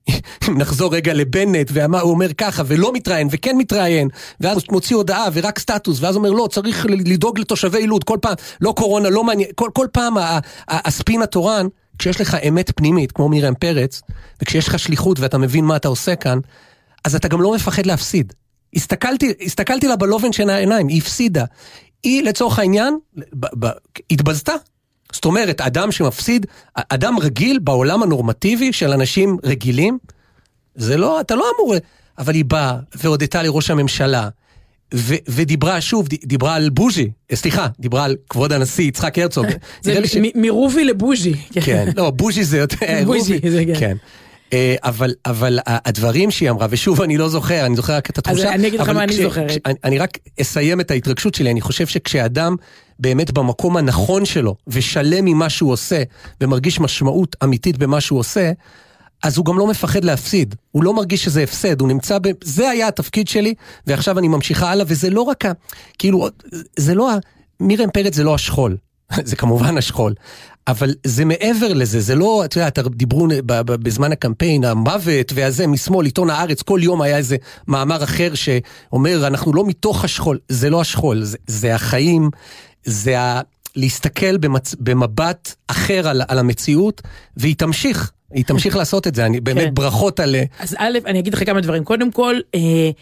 אם נחזור רגע לבנט, והוא אומר ככה, ולא מתראיין, וכן מתראיין, ואז מוציא הודעה, ורק סטטוס, ואז אומר, לא, צריך לדאוג לתושבי לוד, כל פעם, לא קורונה, לא מעניין, כל, כל פעם הספין התורן, כשיש לך אמת פנימית, כמו מרים פרץ, וכשיש לך שליחות, ואתה מבין מה אתה עושה כאן, אז אתה גם לא מפחד להפסיד. הסתכלתי, הסתכלתי לה בלובן של העיניים, היא הפסידה. היא, לצורך העניין, ב- ב- התבזתה. זאת אומרת, אדם שמפסיד, אדם רגיל בעולם הנורמטיבי של אנשים רגילים, זה לא, אתה לא אמור, אבל היא באה והודתה לראש הממשלה, ו- ודיברה, שוב, דיברה על בוז'י, סליחה, דיברה על כבוד הנשיא יצחק הרצוג. זה מ- ש... מרובי לבוז'י. כן, לא, בוז'י זה יותר, בוז'י, זה כן. כן. אבל, אבל הדברים שהיא אמרה, ושוב אני לא זוכר, אני זוכר רק את התחושה. אז אני אגיד לך מה אני זוכרת. אני, אני רק אסיים את ההתרגשות שלי, אני חושב שכשאדם באמת במקום הנכון שלו, ושלם ממה שהוא עושה, ומרגיש משמעות אמיתית במה שהוא עושה, אז הוא גם לא מפחד להפסיד, הוא לא מרגיש שזה הפסד, הוא נמצא ב... זה היה התפקיד שלי, ועכשיו אני ממשיכה הלאה, וזה לא רק ה... כאילו, זה לא ה... מרים פרץ זה לא השכול, זה כמובן השכול, אבל זה מעבר לזה, זה לא, אתה יודע, דיברו בזמן הקמפיין, המוות והזה משמאל, עיתון הארץ, כל יום היה איזה מאמר אחר שאומר, אנחנו לא מתוך השכול, זה לא השכול, זה, זה החיים, זה ה... להסתכל במצ... במבט אחר על, על המציאות, והיא תמשיך, היא תמשיך לעשות את זה, אני באמת כן. ברכות על... אז א', אני אגיד לך כמה דברים, קודם כל, אה...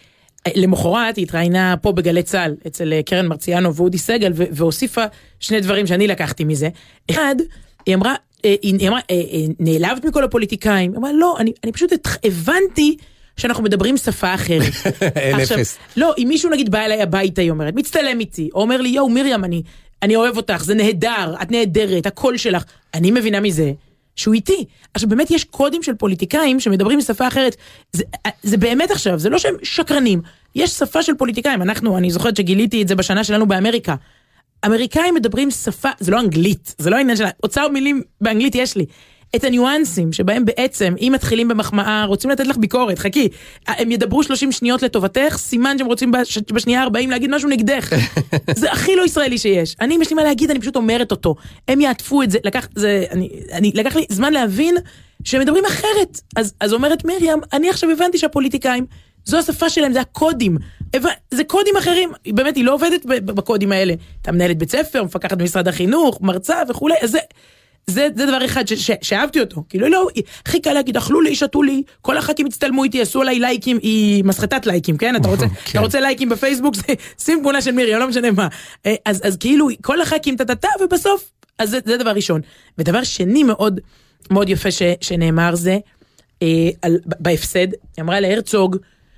למחרת היא התראינה פה בגלי צהל אצל קרן מרציאנו ואודי סגל והוסיפה שני דברים שאני לקחתי מזה. אחד, היא אמרה, היא אמרה, נעלבת מכל הפוליטיקאים. היא אמרה, לא, אני, אני פשוט הבנתי שאנחנו מדברים שפה אחרת. אין אפס. לא, אם מישהו נגיד בא אליי הביתה, היא אומרת, מצטלם איתי, או אומר לי, יו, מרים, אני, אני אוהב אותך, זה נהדר, את נהדרת, הקול שלך. אני מבינה מזה. שהוא איתי. עכשיו באמת יש קודים של פוליטיקאים שמדברים בשפה אחרת, זה, זה באמת עכשיו, זה לא שהם שקרנים, יש שפה של פוליטיקאים, אנחנו, אני זוכרת שגיליתי את זה בשנה שלנו באמריקה, אמריקאים מדברים שפה, זה לא אנגלית, זה לא העניין שלה, אוצר מילים באנגלית יש לי, את הניואנסים שבהם בעצם, אם מתחילים במחמאה, רוצים לתת לך ביקורת, חכי, הם ידברו שלושים שניות לטובתך, סימן שהם רוצים בשנייה ארבעים להגיד משהו נגדך. זה הכי לא ישראלי שיש. אני, אם יש לי מה להגיד, אני פשוט אומרת אותו. הם יעטפו את זה, לקח, זה, אני, אני, לקח לי זמן להבין שהם מדברים אחרת. אז, אז אומרת מרים, אני עכשיו הבנתי שהפוליטיקאים, זו השפה שלהם, זה הקודים. זה קודים אחרים. באמת, היא לא עובדת בקודים האלה. אתה מנהלת בית ספר, מפקחת במשרד החינוך, מרצה וכו'. אז זה, זה, זה דבר אחד ש, ש, שאהבתי אותו, כאילו לא, הכי קל להגיד, אכלו לי, שתו לי, כל הח"כים הצטלמו איתי, עשו עליי לייקים, היא מסחטת לייקים, כן? אתה רוצה, אתה רוצה לייקים בפייסבוק, זה, שים תמונה של מירי, לא משנה מה. אז, אז כאילו, כל הח"כים תתתה, ובסוף, אז זה, זה דבר ראשון. ודבר שני מאוד, מאוד יפה ש, שנאמר זה, אה, על, בהפסד, היא אמרה להרצוג,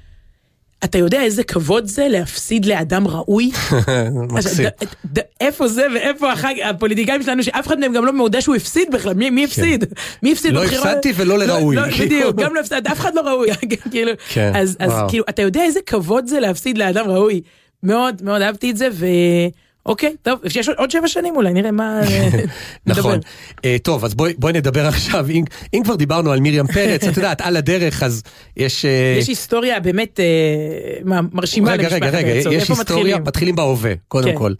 אתה יודע איזה כבוד זה להפסיד לאדם ראוי? מקסים. איפה זה ואיפה הפוליטיקאים שלנו, שאף אחד מהם גם לא מעודה שהוא הפסיד בכלל, מי הפסיד? מי הפסיד בבחירות? לא הפסדתי ולא לראוי. בדיוק, גם לא הפסד, אף אחד לא ראוי. אז כאילו, אתה יודע איזה כבוד זה להפסיד לאדם ראוי? מאוד, מאוד אהבתי את זה, ו... אוקיי, טוב, יש עוד שבע שנים אולי, נראה מה... נכון. טוב, אז בואי נדבר עכשיו, אם כבר דיברנו על מרים פרץ, את יודעת, על הדרך, אז יש... יש היסטוריה באמת מרשימה למשפחת הרצוג. רגע, רגע, יש היסטוריה, מתחילים בהווה, קודם כל.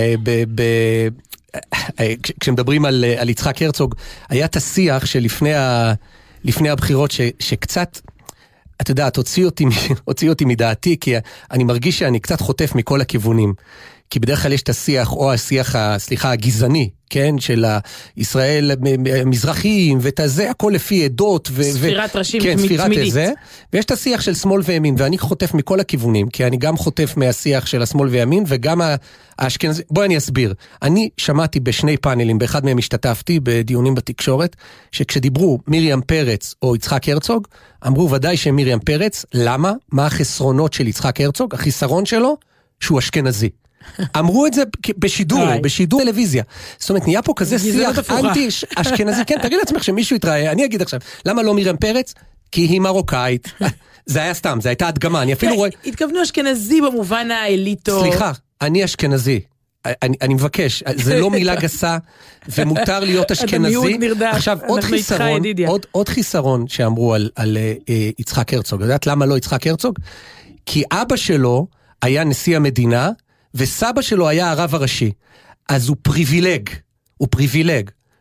כשמדברים על יצחק הרצוג, היה את השיח שלפני הבחירות, שקצת... אתה יודע, תוציא אותי, הוציא אותי מדעתי, כי אני מרגיש שאני קצת חוטף מכל הכיוונים. כי בדרך כלל יש את השיח, או השיח, סליחה, הגזעני, כן, של ישראל מזרחיים, ואת זה, הכל לפי עדות. ספירת ראשים תמידית. כן, ספירת תמידית. זה. ויש את השיח של שמאל וימין, ואני חוטף מכל הכיוונים, כי אני גם חוטף מהשיח של השמאל וימין, וגם האשכנזי, בואי אני אסביר. אני שמעתי בשני פאנלים, באחד מהם השתתפתי בדיונים בתקשורת, שכשדיברו מרים פרץ או יצחק הרצוג, אמרו ודאי שמרים פרץ, למה? מה החסרונות של יצחק הרצוג? החיסרון שלו, שהוא אשכנזי. אמרו את זה בשידור, בשידור טלוויזיה. זאת אומרת, נהיה פה כזה שיח אנטי אשכנזי. כן, תגיד לעצמך שמישהו יתראה, אני אגיד עכשיו, למה לא מרים פרץ? כי היא מרוקאית. זה היה סתם, זה הייתה הדגמה, אני אפילו רואה... התכוונו אשכנזי במובן האליטו. סליחה, אני אשכנזי. אני, אני מבקש, זה לא מילה גסה, ומותר להיות אשכנזי. עכשיו, עוד חיסרון, עוד, עוד חיסרון שאמרו על, על uh, יצחק הרצוג. יודעת למה לא יצחק הרצוג? כי אבא שלו היה נשיא המדינה, וסבא שלו היה הרב הראשי. אז הוא פריבילג, הוא פריבילג,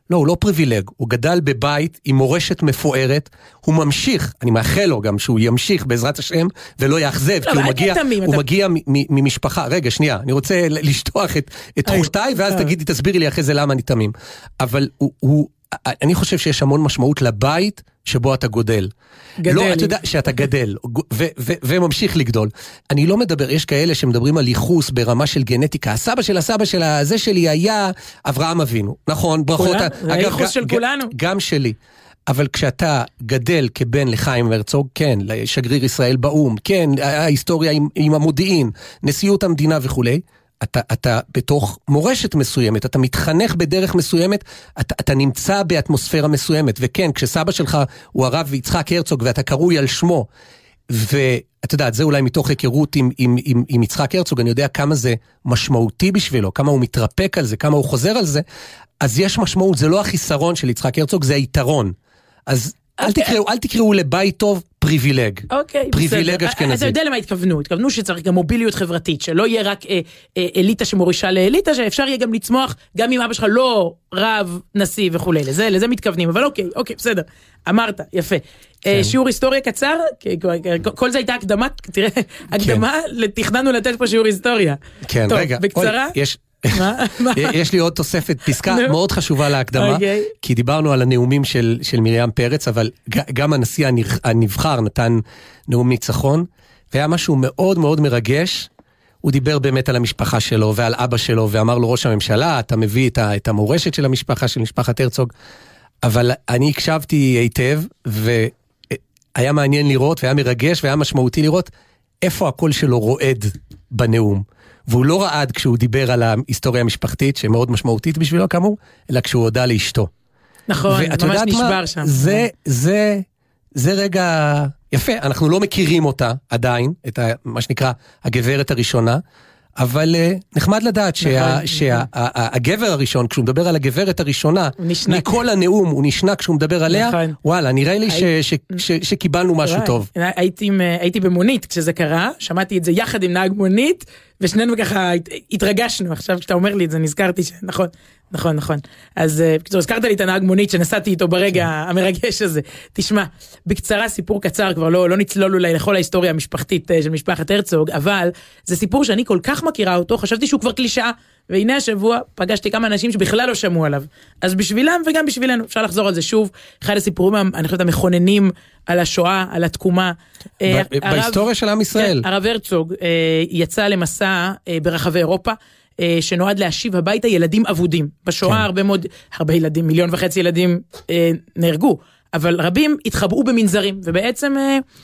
לא, הוא לא פריבילג, הוא גדל בבית עם מורשת מפוארת, הוא ממשיך, אני מאחל לו גם שהוא ימשיך בעזרת השם, ולא יאכזב, כי הוא מגיע, הוא מגיע ממשפחה, רגע, שנייה, אני רוצה לשטוח את חושתיי, ואז תגידי, תסבירי לי אחרי זה למה אני תמים. אבל הוא, אני חושב שיש המון משמעות לבית שבו אתה גודל. גדל. לא, אתה יודע שאתה גדל, ו- ו- וממשיך לגדול. אני לא מדבר, יש כאלה שמדברים על ייחוס ברמה של גנטיקה. הסבא של הסבא של הזה שלי היה אברהם אבינו. נכון, ברכות. כולנו, זה הייחוס של כולנו. גם שלי. אבל כשאתה גדל כבן לחיים הרצוג, כן, לשגריר ישראל באום, כן, ההיסטוריה עם, עם המודיעין, נשיאות המדינה וכולי, אתה, אתה בתוך מורשת מסוימת, אתה מתחנך בדרך מסוימת, אתה, אתה נמצא באטמוספירה מסוימת, וכן, כשסבא שלך הוא הרב יצחק הרצוג, ואתה קרוי על שמו, ואתה יודע, זה אולי מתוך היכרות עם, עם, עם, עם יצחק הרצוג, אני יודע כמה זה משמעותי בשבילו, כמה הוא מתרפק על זה, כמה הוא חוזר על זה, אז יש משמעות, זה לא החיסרון של יצחק הרצוג, זה היתרון. אז אל תקראו, אל תקראו לבית טוב פריבילג. אוקיי, פריבילג אשכנזי. אתה יודע למה התכוונו? התכוונו שצריך גם מוביליות חברתית, שלא יהיה רק אליטה שמורישה לאליטה, שאפשר יהיה גם לצמוח, גם אם אבא שלך לא רב, נשיא וכולי. לזה, לזה מתכוונים, אבל אוקיי, אוקיי, בסדר. אמרת, יפה. שיעור היסטוריה קצר, כל זה הייתה הקדמה, תראה, הקדמה, תכננו לתת פה שיעור היסטוריה. כן, רגע. בקצרה. יש... יש לי עוד תוספת פסקה מאוד חשובה להקדמה, כי דיברנו על הנאומים של, של מרים פרץ, אבל גם הנשיא הנבחר נתן נאום ניצחון, והיה משהו מאוד מאוד מרגש, הוא דיבר באמת על המשפחה שלו ועל אבא שלו, ואמר לו ראש הממשלה, אתה מביא את המורשת של המשפחה, של משפחת הרצוג, אבל אני הקשבתי היטב, והיה מעניין לראות, והיה מרגש, והיה משמעותי לראות, איפה הקול שלו רועד בנאום. והוא לא רעד כשהוא דיבר על ההיסטוריה המשפחתית, שמאוד משמעותית בשבילו כאמור, אלא כשהוא הודע לאשתו. נכון, ממש נשבר שם. זה, זה, זה רגע יפה, אנחנו לא מכירים אותה עדיין, את ה, מה שנקרא הגברת הראשונה, אבל נחמד לדעת שהגבר הראשון, כשהוא מדבר על הגברת הראשונה, מכל הנאום הוא נשנק כשהוא מדבר עליה, וואלה, נראה לי שקיבלנו משהו טוב. הייתי במונית כשזה קרה, שמעתי את זה יחד עם נהג מונית, ושנינו ככה התרגשנו, עכשיו כשאתה אומר לי את זה נזכרתי שנכון, נכון, נכון. אז בקצור, הזכרת לי את הנהג מונית שנסעתי איתו ברגע המרגש הזה. תשמע, בקצרה סיפור קצר, כבר לא, לא נצלול אולי לכל ההיסטוריה המשפחתית של משפחת הרצוג, אבל זה סיפור שאני כל כך מכירה אותו, חשבתי שהוא כבר קלישאה, והנה השבוע פגשתי כמה אנשים שבכלל לא שמעו עליו. אז בשבילם וגם בשבילנו, אפשר לחזור על זה שוב, אחד הסיפורים, אני חושבת, המכוננים על השואה, על התקומה. בהיסטוריה של עם ישראל. הרב הרצוג יצא למסע ברחבי אירופה, שנועד להשיב הביתה ילדים אבודים. בשואה הרבה מאוד, הרבה ילדים, מיליון וחצי ילדים נהרגו, אבל רבים התחבאו במנזרים, ובעצם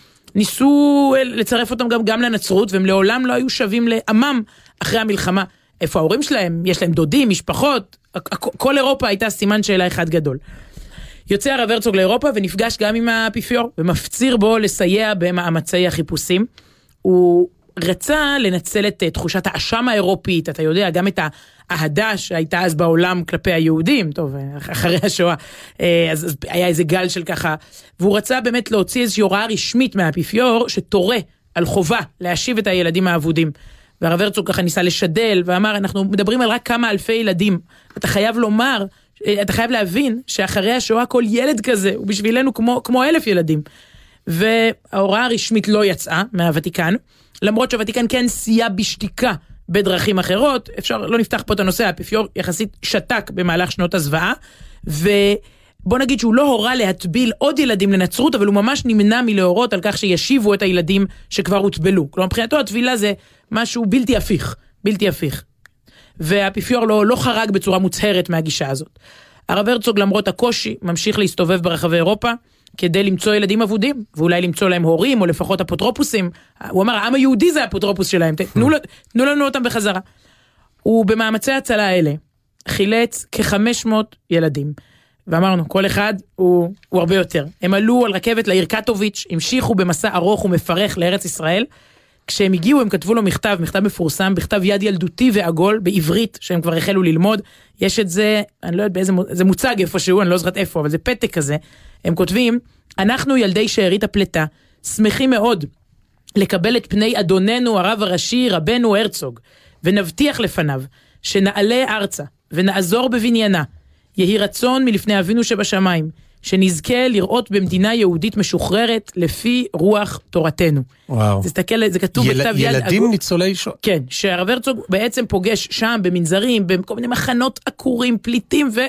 ניסו לצרף אותם גם, גם לנצרות, והם לעולם לא היו שווים לעמם אחרי המלחמה. איפה ההורים שלהם? יש להם דודים, משפחות, כל אירופה הייתה סימן שאלה אחד גדול. יוצא הרב הרצוג לאירופה ונפגש גם עם האפיפיור, ומפציר בו לסייע במאמצי החיפושים. הוא רצה לנצל את תחושת האשם האירופית, אתה יודע, גם את האהדה שהייתה אז בעולם כלפי היהודים, טוב, אחרי השואה, אז, אז היה איזה גל של ככה, והוא רצה באמת להוציא איזושהי הוראה רשמית מהאפיפיור, שתורה על חובה להשיב את הילדים האבודים. והרב הרצוג ככה ניסה לשדל, ואמר, אנחנו מדברים על רק כמה אלפי ילדים, אתה חייב לומר, אתה חייב להבין, שאחרי השואה כל ילד כזה, הוא בשבילנו כמו, כמו אלף ילדים. וההוראה הרשמית לא יצאה מהוותיקן, למרות שהוותיקן כן סייע בשתיקה בדרכים אחרות, אפשר, לא נפתח פה את הנושא, האפיפיור יחסית שתק במהלך שנות הזוועה, ובוא נגיד שהוא לא הורה להטביל עוד ילדים לנצרות, אבל הוא ממש נמנע מלהורות על כך שישיבו את הילדים שכבר הוטבלו. כלומר, מבחינתו התבילה זה משהו בלתי הפיך, בלתי הפיך. והאפיפיור לא, לא חרג בצורה מוצהרת מהגישה הזאת. הרב הרצוג למרות הקושי ממשיך להסתובב ברחבי אירופה, כדי למצוא ילדים אבודים, ואולי למצוא להם הורים, או לפחות אפוטרופוסים. הוא אמר, העם היהודי זה האפוטרופוס שלהם, תנו, תנו לנו אותם בחזרה. ובמאמצי הצלה האלה, חילץ כ-חמש מאות ילדים. ואמרנו, כל אחד הוא, הוא הרבה יותר. הם עלו על רכבת לעיר קטוביץ', המשיכו במסע ארוך ומפרך לארץ ישראל. כשהם הגיעו, הם כתבו לו מכתב, מכתב מפורסם, בכתב יד ילדותי ועגול, בעברית, שהם כבר החלו ללמוד. יש את זה, אני לא יודעת באיזה, זה מוצג איפשהו, אני לא זוכרת איפה, אבל זה פתק כזה. הם כותבים, אנחנו ילדי שארית הפלטה, שמחים מאוד לקבל את פני אדוננו הרב הראשי, רבנו הרצוג, ונבטיח לפניו, שנעלה ארצה, ונעזור בבניינה, יהי רצון מלפני אבינו שבשמיים, שנזכה לראות במדינה יהודית משוחררת לפי רוח תורתנו. וואו. זה, תסתכל, זה כתוב יל, בכתב יד. ילדים אגור, ניצולי שואה. כן, שהרב הרצוג בעצם פוגש שם במנזרים, בכל מיני מחנות עקורים, פליטים, ו,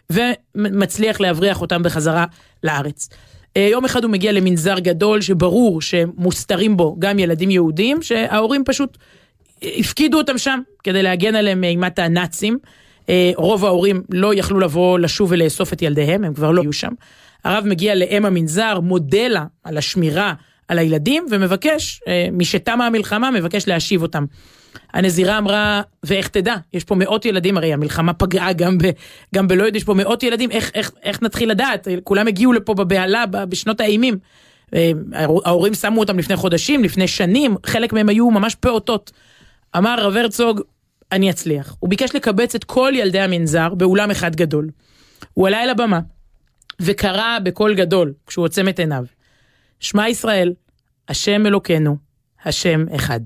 ומצליח להבריח אותם בחזרה לארץ. יום אחד הוא מגיע למנזר גדול שברור שמוסתרים בו גם ילדים יהודים, שההורים פשוט הפקידו אותם שם כדי להגן עליהם מאימת הנאצים. רוב ההורים לא יכלו לבוא לשוב ולאסוף את ילדיהם, הם כבר לא היו שם. הרב מגיע לאם המנזר, מודה לה על השמירה על הילדים, ומבקש, משתמה המלחמה, מבקש להשיב אותם. הנזירה אמרה, ואיך תדע, יש פה מאות ילדים, הרי המלחמה פגעה גם, ב, גם בלא יודע, יש פה מאות ילדים, איך, איך, איך נתחיל לדעת? כולם הגיעו לפה בבהלה, בשנות האימים. ההורים שמו אותם לפני חודשים, לפני שנים, חלק מהם היו ממש פעוטות. אמר רב הרצוג, אני אצליח. הוא ביקש לקבץ את כל ילדי המנזר באולם אחד גדול. הוא עלה אל הבמה, וקרא בקול גדול, כשהוא עוצם את עיניו, שמע ישראל, השם אלוקינו, השם אחד.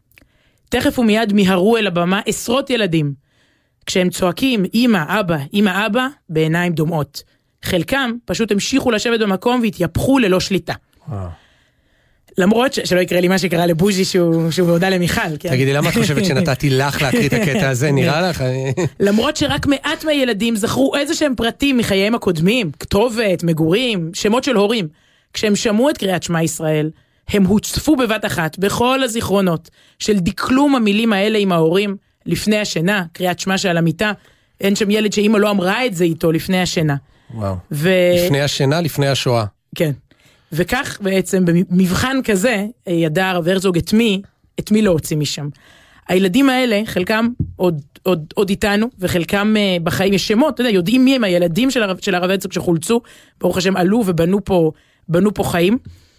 תכף ומיד מיהרו אל הבמה עשרות ילדים, כשהם צועקים, אמא, אבא, אמא, אבא, בעיניים דומעות. חלקם פשוט המשיכו לשבת במקום והתייפחו ללא שליטה. וואו. למרות ש... שלא יקרה לי מה שקרה לבוז'י שהוא, שהוא הודע למיכל. תגידי, למה את חושבת שנתתי לך להקריא את הקטע הזה? נראה לך? למרות שרק מעט מהילדים זכרו איזה שהם פרטים מחייהם הקודמים, כתובת, מגורים, שמות של הורים. כשהם שמעו את קריאת שמע ישראל, הם הוצפו בבת אחת בכל הזיכרונות של דקלום המילים האלה עם ההורים לפני השינה, קריאת שמע שעל המיטה. אין שם ילד שאמא לא אמרה את זה איתו לפני השינה. וואו. ו... לפני השינה, לפני השואה. כן. וכך בעצם במבחן כזה ידע הרב הרצוג את מי, את מי להוציא משם. הילדים האלה, חלקם עוד, עוד, עוד איתנו, וחלקם בחיים יש שמות, אתה יודע, יודעים מי הם הילדים של הרב, של הרב הרצוג שחולצו, ברוך השם עלו ובנו פה, בנו פה חיים.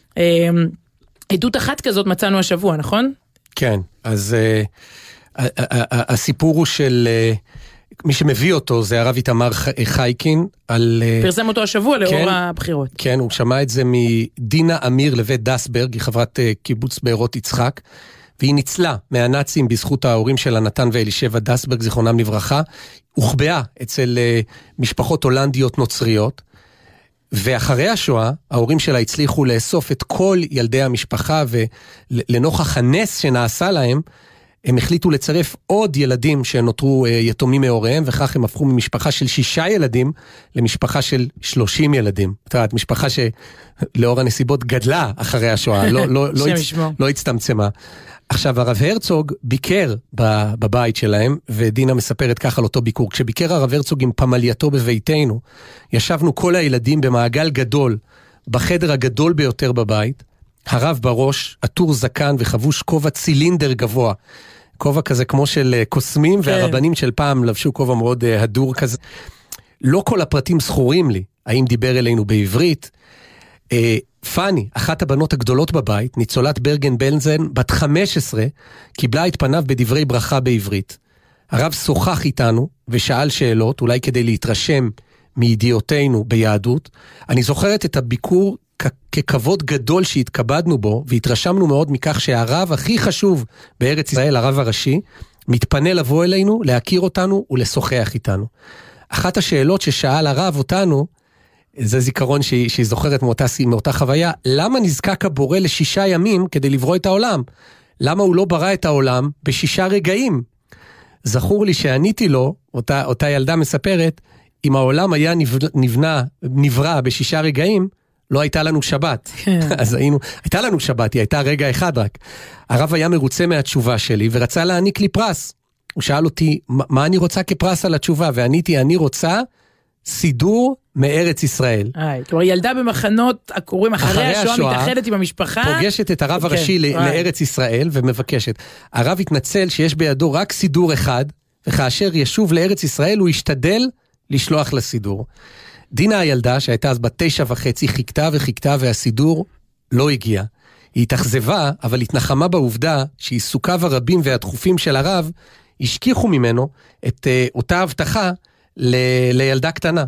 עדות אחת כזאת מצאנו השבוע, נכון? כן, אז הסיפור הוא של... מי שמביא אותו זה הרב איתמר חייקין על... פרסם אותו השבוע לאור כן, הבחירות. כן, הוא שמע את זה מדינה אמיר לבית דסברג, היא חברת קיבוץ בארות יצחק, והיא ניצלה מהנאצים בזכות ההורים של נתן ואלישבע דסברג, זיכרונם לברכה, הוחבאה אצל משפחות הולנדיות נוצריות, ואחרי השואה, ההורים שלה הצליחו לאסוף את כל ילדי המשפחה, ולנוכח הנס שנעשה להם, הם החליטו לצרף עוד ילדים שנותרו יתומים מהוריהם, וכך הם הפכו ממשפחה של שישה ילדים, למשפחה של שלושים ילדים. זאת אומרת, משפחה שלאור הנסיבות גדלה אחרי השואה, לא, לא, לא, הצ... לא הצטמצמה. עכשיו, הרב הרצוג ביקר בבית שלהם, ודינה מספרת ככה על אותו ביקור. כשביקר הרב הרצוג עם פמלייתו בביתנו, ישבנו כל הילדים במעגל גדול, בחדר הגדול ביותר בבית, הרב בראש, עטור זקן וחבוש כובע צילינדר גבוה. כובע כזה כמו של קוסמים, כן. והרבנים של פעם לבשו כובע מאוד הדור כזה. לא כל הפרטים זכורים לי, האם דיבר אלינו בעברית. אה, פני, אחת הבנות הגדולות בבית, ניצולת ברגן בלזן, בת חמש עשרה, קיבלה את פניו בדברי ברכה בעברית. הרב שוחח איתנו ושאל שאלות, אולי כדי להתרשם מידיעותינו ביהדות. אני זוכרת את הביקור ככבוד גדול שהתכבדנו בו, והתרשמנו מאוד מכך שהרב הכי חשוב בארץ ישראל, הרב הראשי, מתפנה לבוא אלינו, להכיר אותנו ולשוחח איתנו. אחת השאלות ששאל הרב אותנו, זה זיכרון שהיא, שהיא זוכרת מאותה, מאותה חוויה, למה נזקק הבורא לשישה ימים כדי לברוא את העולם? למה הוא לא ברא את העולם בשישה רגעים? זכור לי שעניתי לו, אותה, אותה ילדה מספרת, אם העולם היה נבנה, נברא בשישה רגעים, לא הייתה לנו שבת. אז היינו, הייתה לנו שבת, היא הייתה רגע אחד רק. הרב היה מרוצה מהתשובה שלי, ורצה להעניק לי פרס. הוא שאל אותי, מה אני רוצה כפרס על התשובה? ועניתי, אני רוצה סידור מארץ ישראל. כלומר, ילדה במחנות עקורים אחרי השואה, מתאחדת עם המשפחה. פוגשת את הרב הראשי לארץ ישראל, ומבקשת. הרב התנצל שיש בידו רק סידור אחד, וכאשר ישוב לארץ ישראל, הוא ישתדל לשלוח לסידור. דינה הילדה, שהייתה אז בת תשע וחצי, חיכתה וחיכתה, והסידור לא הגיע. היא התאכזבה, אבל התנחמה בעובדה שעיסוקיו הרבים והדחופים של הרב, השכיחו ממנו את uh, אותה הבטחה ל- לילדה קטנה.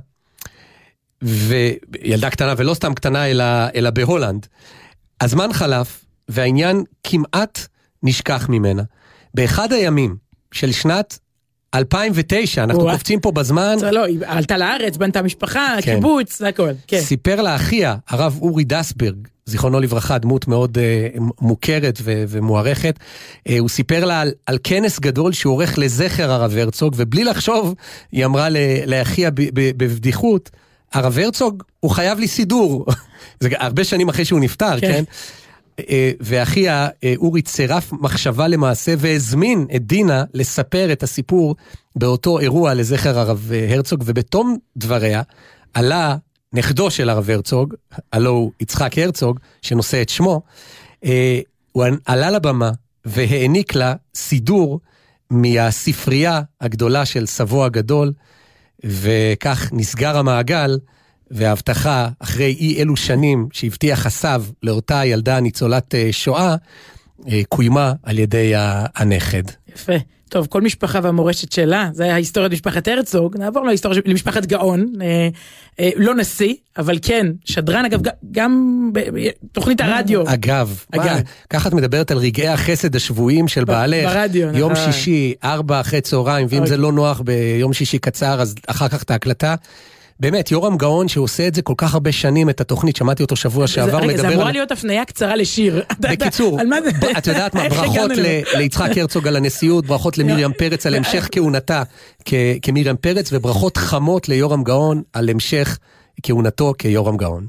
וילדה קטנה, ולא סתם קטנה, אלא, אלא בהולנד. הזמן חלף, והעניין כמעט נשכח ממנה. באחד הימים של שנת אלפיים ותשע, אנחנו קופצים פה בזמן. לא, היא עלתה לארץ, בנתה משפחה, קיבוץ, זה הכל. סיפר לאחיה, הרב אורי דסברג, זיכרונו לברכה, דמות מאוד uh, מוכרת ו- ומוערכת, uh, הוא סיפר לה על, על כנס גדול שהוא עורך לזכר הרב הרצוג, ובלי לחשוב, היא אמרה לאחיה ב- ב- בבדיחות, הרב הרצוג הוא חייב לי סידור, זה הרבה שנים אחרי שהוא נפטר, כן? כן? Uh, ואחיה, uh, אורי צירף מחשבה למעשה, והזמין את דינה לספר את הסיפור באותו אירוע לזכר הרב הרצוג, ובתום דבריה עלה נכדו של הרב הרצוג, הלא הוא יצחק הרצוג, שנושא את שמו, אה, הוא עלה לבמה והעניק לה סידור מהספרייה הגדולה של סבו הגדול, וכך נסגר המעגל, וההבטחה אחרי אי אלו שנים שהבטיח הסב לאותה ילדה ניצולת שואה, אה, קוימה על ידי הנכד. יפה. טוב, כל משפחה והמורשת שלה, זה ההיסטוריה משפחת הרצוג, נעבור להיסטוריה למשפחת גאון, אה, אה, לא נשיא, אבל כן, שדרן, אגב, גם בתוכנית הרדיו. אגב, אגב. ככה את מדברת על רגעי החסד השבועיים של בעלך, ברדיו, יום נכון. שישי, ארבע אחרי צהריים, ואם אוקיי. זה לא נוח ביום שישי קצר, אז אחר כך את ההקלטה. באמת, יורם גאון שעושה את זה כל כך הרבה שנים, את התוכנית, שמעתי אותו שבוע שעבר, מדבר... זה אמורה להיות הפניה קצרה לשיר. בקיצור, את יודעת מה, ברכות ליצחק הרצוג על הנשיאות, ברכות למרים פרץ על המשך כהונתה כמרים פרץ, וברכות חמות ליורם גאון על המשך כהונתו כיורם גאון.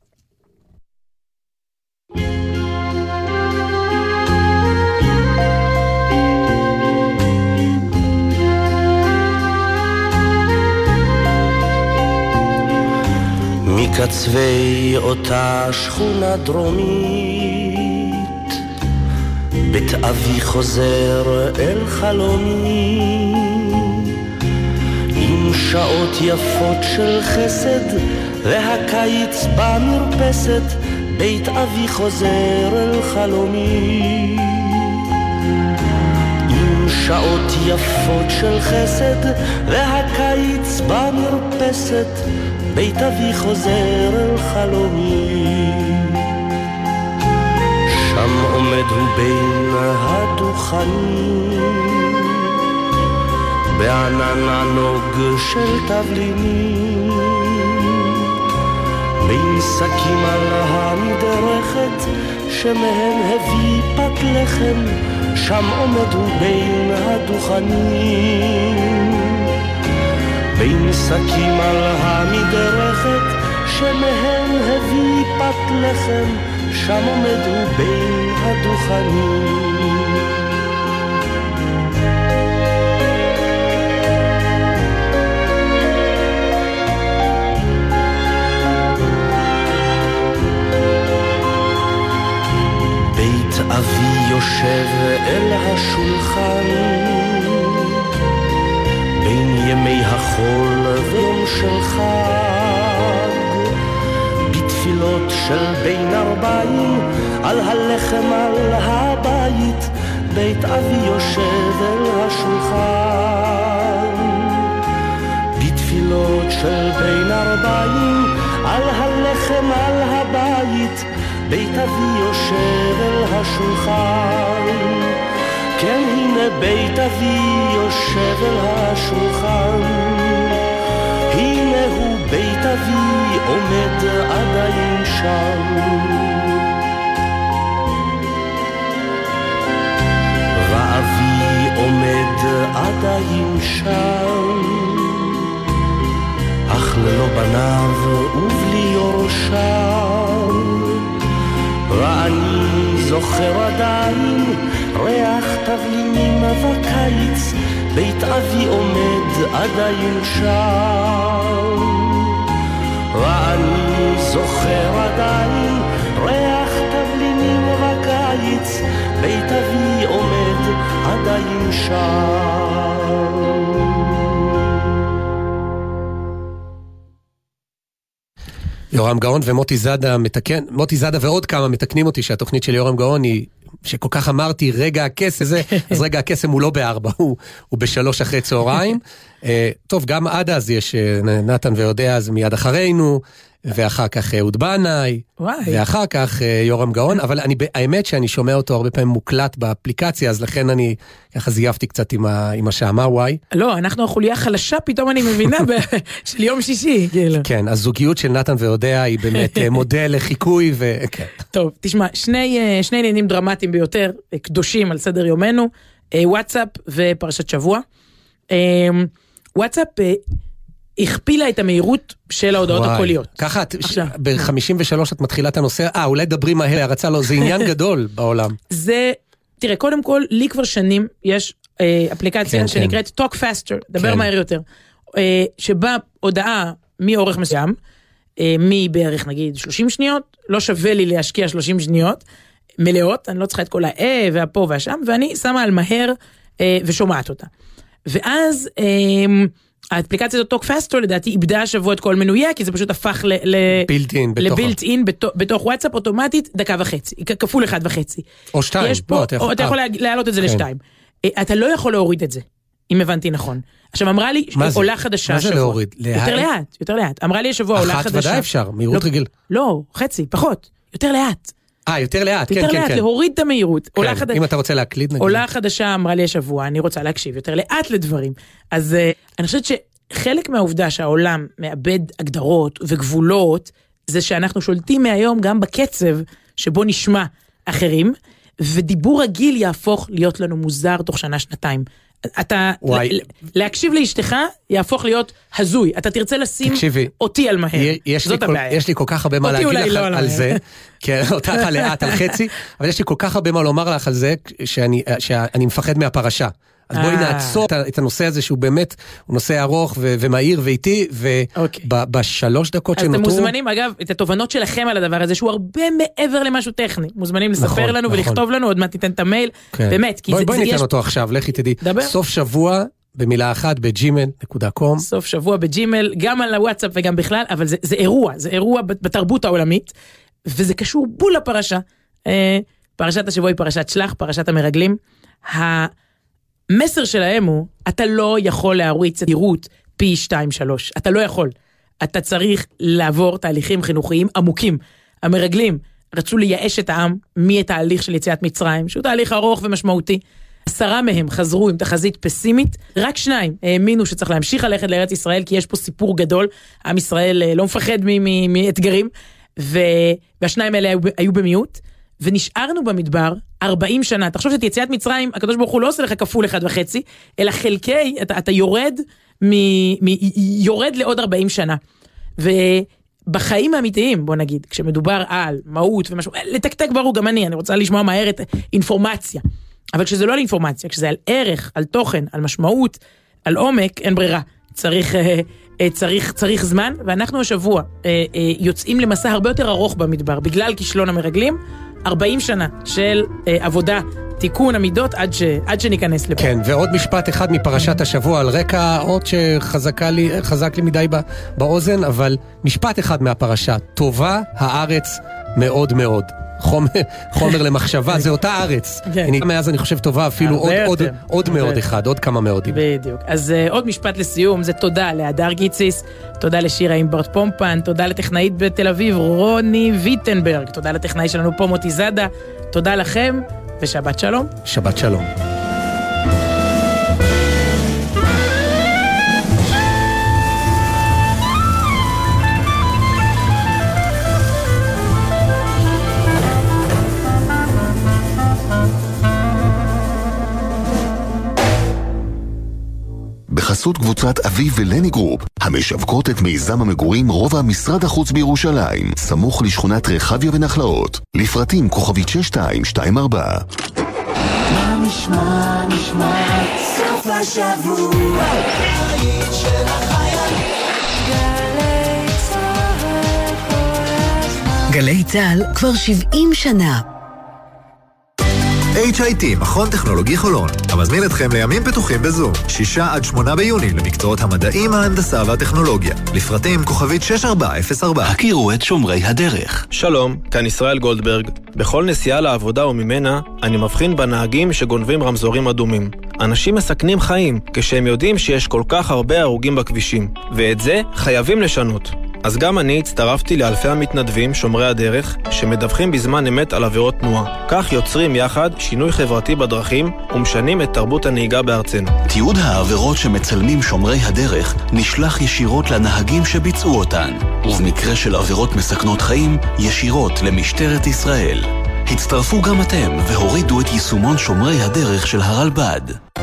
מקצווי אותה שכונה דרומית, בית אבי חוזר אל חלומי, עם שעות יפות של חסד והקיץ במרפסת, בית אבי חוזר אל חלומי, עם שעות יפות של חסד והקיץ במרפסת, בית אבי חוזר אל חלומי. שם עומד הוא בין הדוכנים, בענן ענוג של תבלינים, בין שקים על המדרכת שמהם הביא פת לחם, שם עומד הוא בין הדוכנים, בין שקים על המדרכת שמהם הביא פת לחם, שם עומד הוא בין הדוכנים. בית אבי יושב אל השולחן, בין ימי החול ויום של חג, בתפילות של בין ארבעים, על הלחם על הבית, בית אבי יושב אל השולחן. בתפילות של בין ארבעים, על הלחם על הבית, בית אבי יושב אל השולחן. כן, הנה בית אבי יושב אל השולחן, הנה הוא בית אבי עומד עדיין שם. ואבי עומד עדיין שם, אך ללא בניו ובלי יורשיו, ואני זוכר עדיין ריח תבלינים בקיץ, בית אבי עומד עדיין שם. ואני זוכר עדיין ריח תבלינים בקיץ, בית אבי עומד עדיין שם. יורם גאון ומוטי זאדה מתקן, מוטי זאדה ועוד כמה מתקנים אותי שהתוכנית של יורם גאון היא, שכל כך אמרתי רגע הקסם הזה, אז רגע הקסם הוא לא בארבע, הוא, הוא בשלוש אחרי צהריים. טוב, גם עד אז יש נתן ויודע אז מיד אחרינו, ואחר כך אהוד בנאי, ואחר כך יורם גאון, אבל אני, האמת שאני שומע אותו הרבה פעמים מוקלט באפליקציה, אז לכן אני ככה זייפתי קצת עם, ה, עם השעמה וואי. לא, אנחנו החוליה חלשה, פתאום אני מבינה של יום שישי. כאילו. כן, הזוגיות של נתן ואודיה היא באמת מודל לחיקוי, וכן. טוב, תשמע, שני, שני עניינים דרמטיים ביותר, קדושים על סדר יומנו, וואטסאפ ופרשת שבוע. וואטסאפ הכפילה את המהירות של ההודעות הקוליות. ככה, ב-חמישים ושלוש את מתחילה את הנושא, אה, אולי דברי מהר, הרצה לו, זה עניין גדול בעולם. זה, תראה, קודם כל, לי כבר שנים יש אפליקציה שנקראת Talk Faster, דבר מהר יותר, שבה הודעה מאורך מסוים, מבערך נגיד שלושים שניות, לא שווה לי להשקיע שלושים שניות, מלאות, אני לא צריכה את כל ה-אה והפה והשם, ואני שמה על מהר ושומעת אותה. ואז האפליקציה הזאת Talk Faster לדעתי איבדה השבוע את כל מנויה, כי זה פשוט הפך לבילט אין בתוך וואטסאפ אוטומטית דקה וחצי, כפול אחד וחצי. או שתיים. או אתה יכול להעלות את זה לשתיים. אתה לא יכול להוריד את זה, אם הבנתי נכון. עכשיו אמרה לי, עולה חדשה. מה זה להוריד? יותר לאט, יותר לאט. אמרה לי השבוע עולה חדשה. אחת ודאי אפשר, מהירות רגיל. לא, חצי, פחות, יותר לאט. אה, יותר לאט, כן, כן, כן. יותר לאט, להוריד את המהירות. כן, אם אתה רוצה להקליד נגיד. עולה חדשה אמרה לי השבוע, אני רוצה להקשיב יותר לאט לדברים. אז אני חושבת שחלק מהעובדה שהעולם מאבד הגדרות וגבולות, זה שאנחנו שולטים מהיום גם בקצב שבו נשמע אחרים, ודיבור רגיל יהפוך להיות לנו מוזר תוך שנה, שנתיים. אתה, להקשיב לאשתך יהפוך להיות הזוי, אתה תרצה לשים אותי על מהר, זאת הבעיה. יש לי כל כך הרבה מה להגיד לך על זה, כן, אותך לאט על חצי, אבל יש לי כל כך הרבה מה לומר לך על זה, שאני מפחד מהפרשה. אז בואי נעצור את הנושא הזה שהוא באמת, הוא נושא ארוך ומהיר ואיטי, ובשלוש דקות שנותרו... אז אתם מוזמנים, אגב, את התובנות שלכם על הדבר הזה, שהוא הרבה מעבר למשהו טכני. מוזמנים לספר לנו ולכתוב לנו, עוד מעט ניתן את המייל, באמת. בואי ניתן אותו עכשיו, לכי תדעי. סוף שבוע, במילה אחת, בג'ימל נקודה קום. סוף שבוע בג'ימל, גם על הוואטסאפ וגם בכלל, אבל זה אירוע, זה אירוע בתרבות העולמית, וזה קשור בול לפרשה. פרשת השבוע היא פרשת שלח, פרשת המרגלים. המסר שלהם הוא, אתה לא יכול להוריד תדירות פי שתיים שלוש, אתה לא יכול. אתה צריך לעבור תהליכים חינוכיים עמוקים. המרגלים רצו לייאש את העם מתהליך של יציאת מצרים, שהוא תהליך ארוך ומשמעותי. עשרה מהם חזרו עם תחזית פסימית, רק שניים האמינו שצריך להמשיך ללכת לארץ ישראל, כי יש פה סיפור גדול, עם ישראל לא מפחד מאתגרים, והשניים האלה היו במיעוט, ונשארנו במדבר ארבעים שנה. תחשוב שאת יציאת מצרים, הקדוש ברוך הוא לא עושה לך כפול אחד וחצי, אלא חלקי, אתה, אתה יורד, מ, מ, יורד לעוד ארבעים שנה. ובחיים האמיתיים, בוא נגיד, כשמדובר על מהות ומשהו, לתקתק ברור גם אני, אני רוצה לשמוע מהר את אינפורמציה. אבל כשזה לא על אינפורמציה, כשזה על ערך, על תוכן, על משמעות, על עומק, אין ברירה. צריך, צריך, צריך זמן, ואנחנו השבוע יוצאים למסע הרבה יותר ארוך במדבר, בגלל כישלון המרגלים, ארבעים שנה של עבודה, תיקון המידות, עד, ש, עד שניכנס לפה. כן, ועוד משפט אחד מפרשת השבוע, על רקע עוד שחזק לי, חזק לי מדי באוזן, אבל משפט אחד מהפרשה, טובה הארץ מאוד מאוד. חומר, חומר למחשבה, זה אותה ארץ. מאז אני חושב טובה, אפילו עוד, עוד, עוד מאוד אחד, עוד כמה מאודים. בדיוק. אז uh, עוד משפט לסיום, זה תודה להדר גיציס, תודה לשירה אימברט פומפן, תודה לטכנאית בתל אביב, רוני ויטנברג, תודה לטכנאי שלנו פה מוטי זדה, תודה לכם, ושבת שלום. שבת שלום. בחסות קבוצת אביב ולני גרופ, המשווקות את מיזם המגורים רובע משרד החוץ בירושלים, סמוך לשכונת רחביה ונחלאות, לפרטים כוכבית שש שתיים שתיים ארבע. מה נשמע, נשמע, סוף השבוע, היית של החייל, גלי צהל כל הזמן. גלי צהל כבר שבעים שנה. אייץ' איי טי, מכון טכנולוגי חולון, המזמין אתכם לימים פתוחים בזום, שישה עד שמונה ביוני למקצועות המדעים, ההנדסה והטכנולוגיה. לפרטים כוכבית שש ארבע אפס ארבע. הכירו את שומרי הדרך. שלום, כאן ישראל גולדברג. בכל נסיעה לעבודה וממנה, אני מבחין בנהגים שגונבים רמזורים אדומים. אנשים מסכנים חיים, כשהם יודעים שיש כל כך הרבה הרוגים בכבישים, ואת זה חייבים לשנות. אז גם אני הצטרפתי לאלפי המתנדבים שומרי הדרך שמדווחים בזמן אמת על עבירות תנועה. כך יוצרים יחד שינוי חברתי בדרכים ומשנים את תרבות הנהיגה בארצנו. תיעוד העבירות שמצלמים שומרי הדרך נשלח ישירות לנהגים שביצעו אותן, ובמקרה של עבירות מסכנות חיים ישירות למשטרת ישראל. הצטרפו גם אתם והורידו את יישומון שומרי הדרך של הרלב"ד.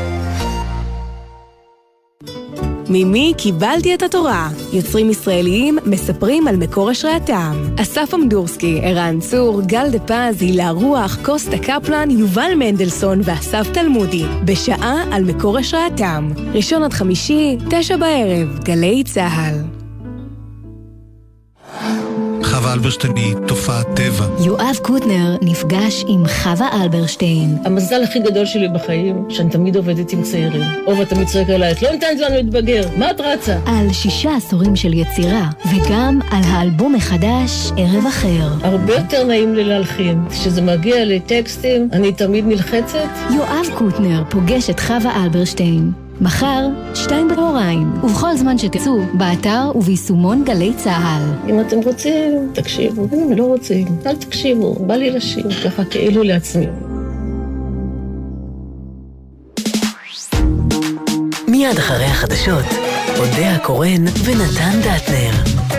ממי קיבלתי את התורה? יוצרים ישראליים מספרים על מקור השראתם. אסף אמדורסקי, ערן צור, גל דה פז, הילה רוח, קוסטה קפלן, יובל מנדלסון ואסף תלמודי. בשעה על מקור השראתם. ראשון עד חמישי, תשע בערב, גלי צהל. חווה אלברשטיין, תופעת טבע. יואב קוטנר נפגש עם חווה אלברשטיין. המזל הכי גדול שלי בחיים, שאני תמיד עובדת עם צעירים. אובה תמיד צועק עליי, את לא נתנת לנו להתבגר, מה את רצה? על שישה עשורים של יצירה, וגם על האלבום החדש, ערב אחר. הרבה יותר נעים לי להלחין. כשזה מגיע לטקסטים, אני תמיד נלחצת. יואב קוטנר פוגש את חווה אלברשטיין. מחר, שתיים בהוריים, ובכל זמן שתצאו, באתר וביישומון גלי צהל. אם אתם רוצים, תקשיבו. אם לא רוצים, אל תקשיבו. בא לי לשיר, ככה כאילו לעצמי. מיד אחרי החדשות, אודיה קורן ונתן דטנר.